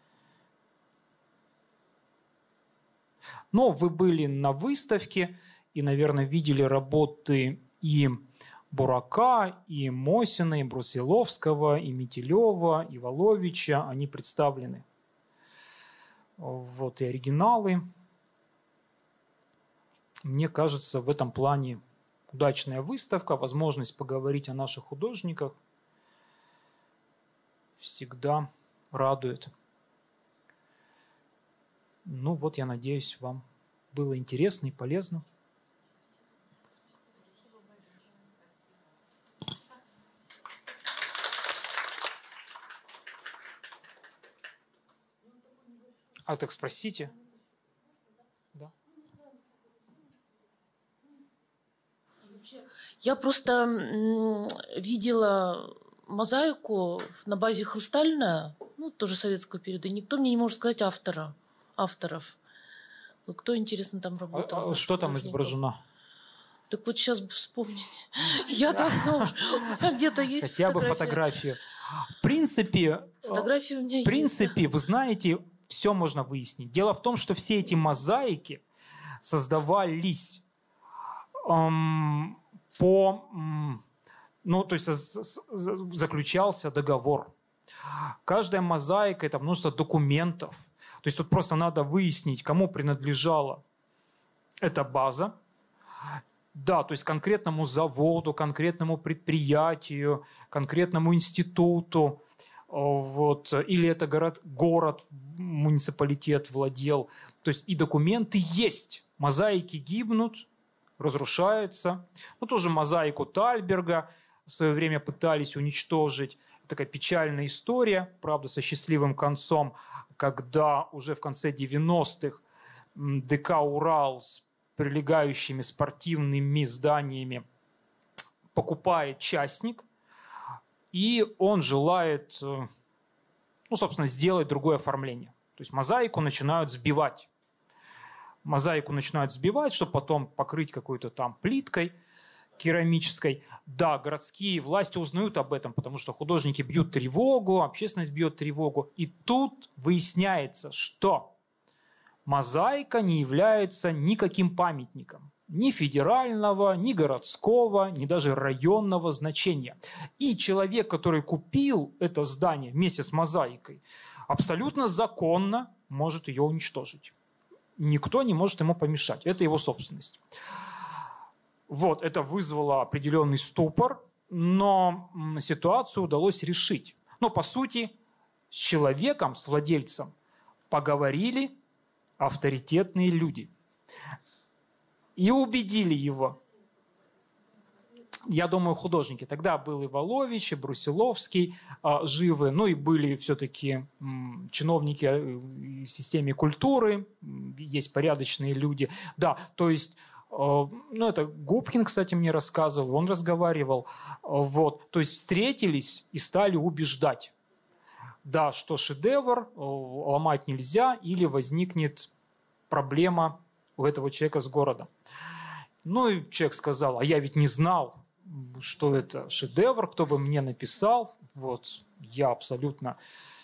Но вы были на выставке и, наверное, видели работы и Бурака, и Мосина, и Брусиловского, и Метелева, и Воловича. Они представлены. Вот и оригиналы. Мне кажется, в этом плане удачная выставка, возможность поговорить о наших художниках всегда радует. Ну вот, я надеюсь, вам было интересно и полезно. А так спросите. Да. Я просто видела мозаику на базе «Хрустальная», ну, тоже советского периода, и никто мне не может сказать автора, авторов. Вот кто, интересно, там работал? А, что там изображено? Так вот сейчас бы вспомнить. Я давно уже. Где-то есть хотя бы фотографию. В принципе, фотографии у меня в принципе, есть. Вы знаете, все можно выяснить. Дело в том, что все эти мозаики создавались эм, по... Эм, ну, то есть заключался договор. Каждая мозаика – это множество документов. То есть тут просто надо выяснить, кому принадлежала эта база. Да, то есть конкретному заводу, конкретному предприятию, конкретному институту. Вот, или это город, город, муниципалитет владел. То есть и документы есть. Мозаики гибнут, разрушаются. Ну, тоже мозаику Тальберга в свое время пытались уничтожить. Такая печальная история, правда, со счастливым концом, когда уже в конце девяностых ДК «Урал» с прилегающими спортивными зданиями покупает частник, и он желает, ну, собственно, сделать другое оформление. То есть мозаику начинают сбивать. Мозаику начинают сбивать, чтобы потом покрыть какой-то там плиткой керамической. Да, городские власти узнают об этом, потому что художники бьют тревогу, общественность бьет тревогу. И тут выясняется, что мозаика не является никаким памятником. Ни федерального, ни городского, ни даже районного значения. И человек, который купил это здание вместе с мозаикой, абсолютно законно может ее уничтожить. Никто не может ему помешать. Это его собственность. Вот, это вызвало определенный ступор, но ситуацию удалось решить. Но, по сути, с человеком, с владельцем поговорили авторитетные люди и убедили его. Я думаю, художники. Тогда был и Волович, и Брусиловский а, живы, ну и были все-таки м, чиновники в системе культуры, есть порядочные люди. Да, то есть, э, ну это Губкин, кстати, мне рассказывал, он разговаривал. Вот, то есть встретились и стали убеждать. Да, что шедевр ломать нельзя или возникнет проблема у этого человека с городом. Ну и человек сказал, а я ведь не знал, что это шедевр, кто бы мне написал. Вот, я абсолютно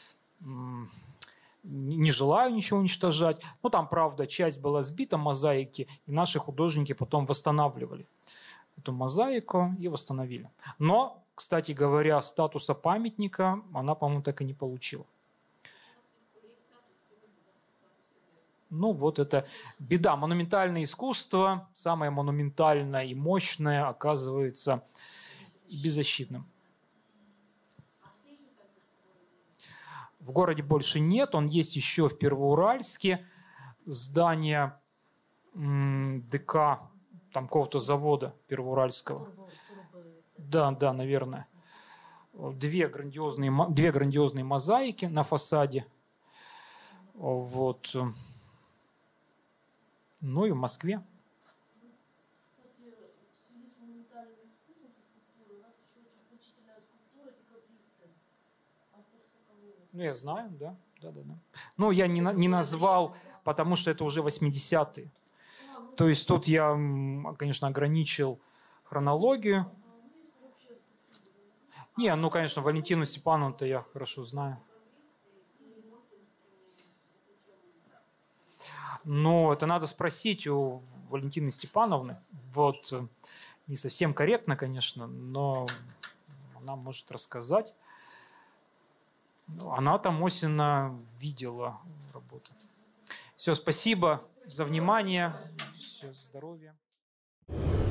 не желаю ничего уничтожать. Ну там, правда, часть была сбита мозаики, и наши художники потом восстанавливали эту мозаику и восстановили. Но, кстати говоря, статуса памятника она, по-моему, так и не получила. Ну вот это беда. Монументальное искусство, самое монументальное и мощное, оказывается беззащитным. В городе больше нет, он есть еще в Первоуральске. Здание ДК, там какого-то завода Первоуральского. Да, да, наверное. Две грандиозные, две грандиозные мозаики на фасаде. Вот. Ну и в Москве. Ну, я знаю, да. да, да, да. Ну, я не, не назвал, потому что это уже восьмидесятые. То есть тут я, конечно, ограничил хронологию. Не, ну, конечно, Валентину Степановну-то я хорошо знаю. Но это надо спросить у Валентины Степановны. Вот, не совсем корректно, конечно, но она может рассказать. Она там Осина видела работу. Все, спасибо за внимание. Все, здоровья.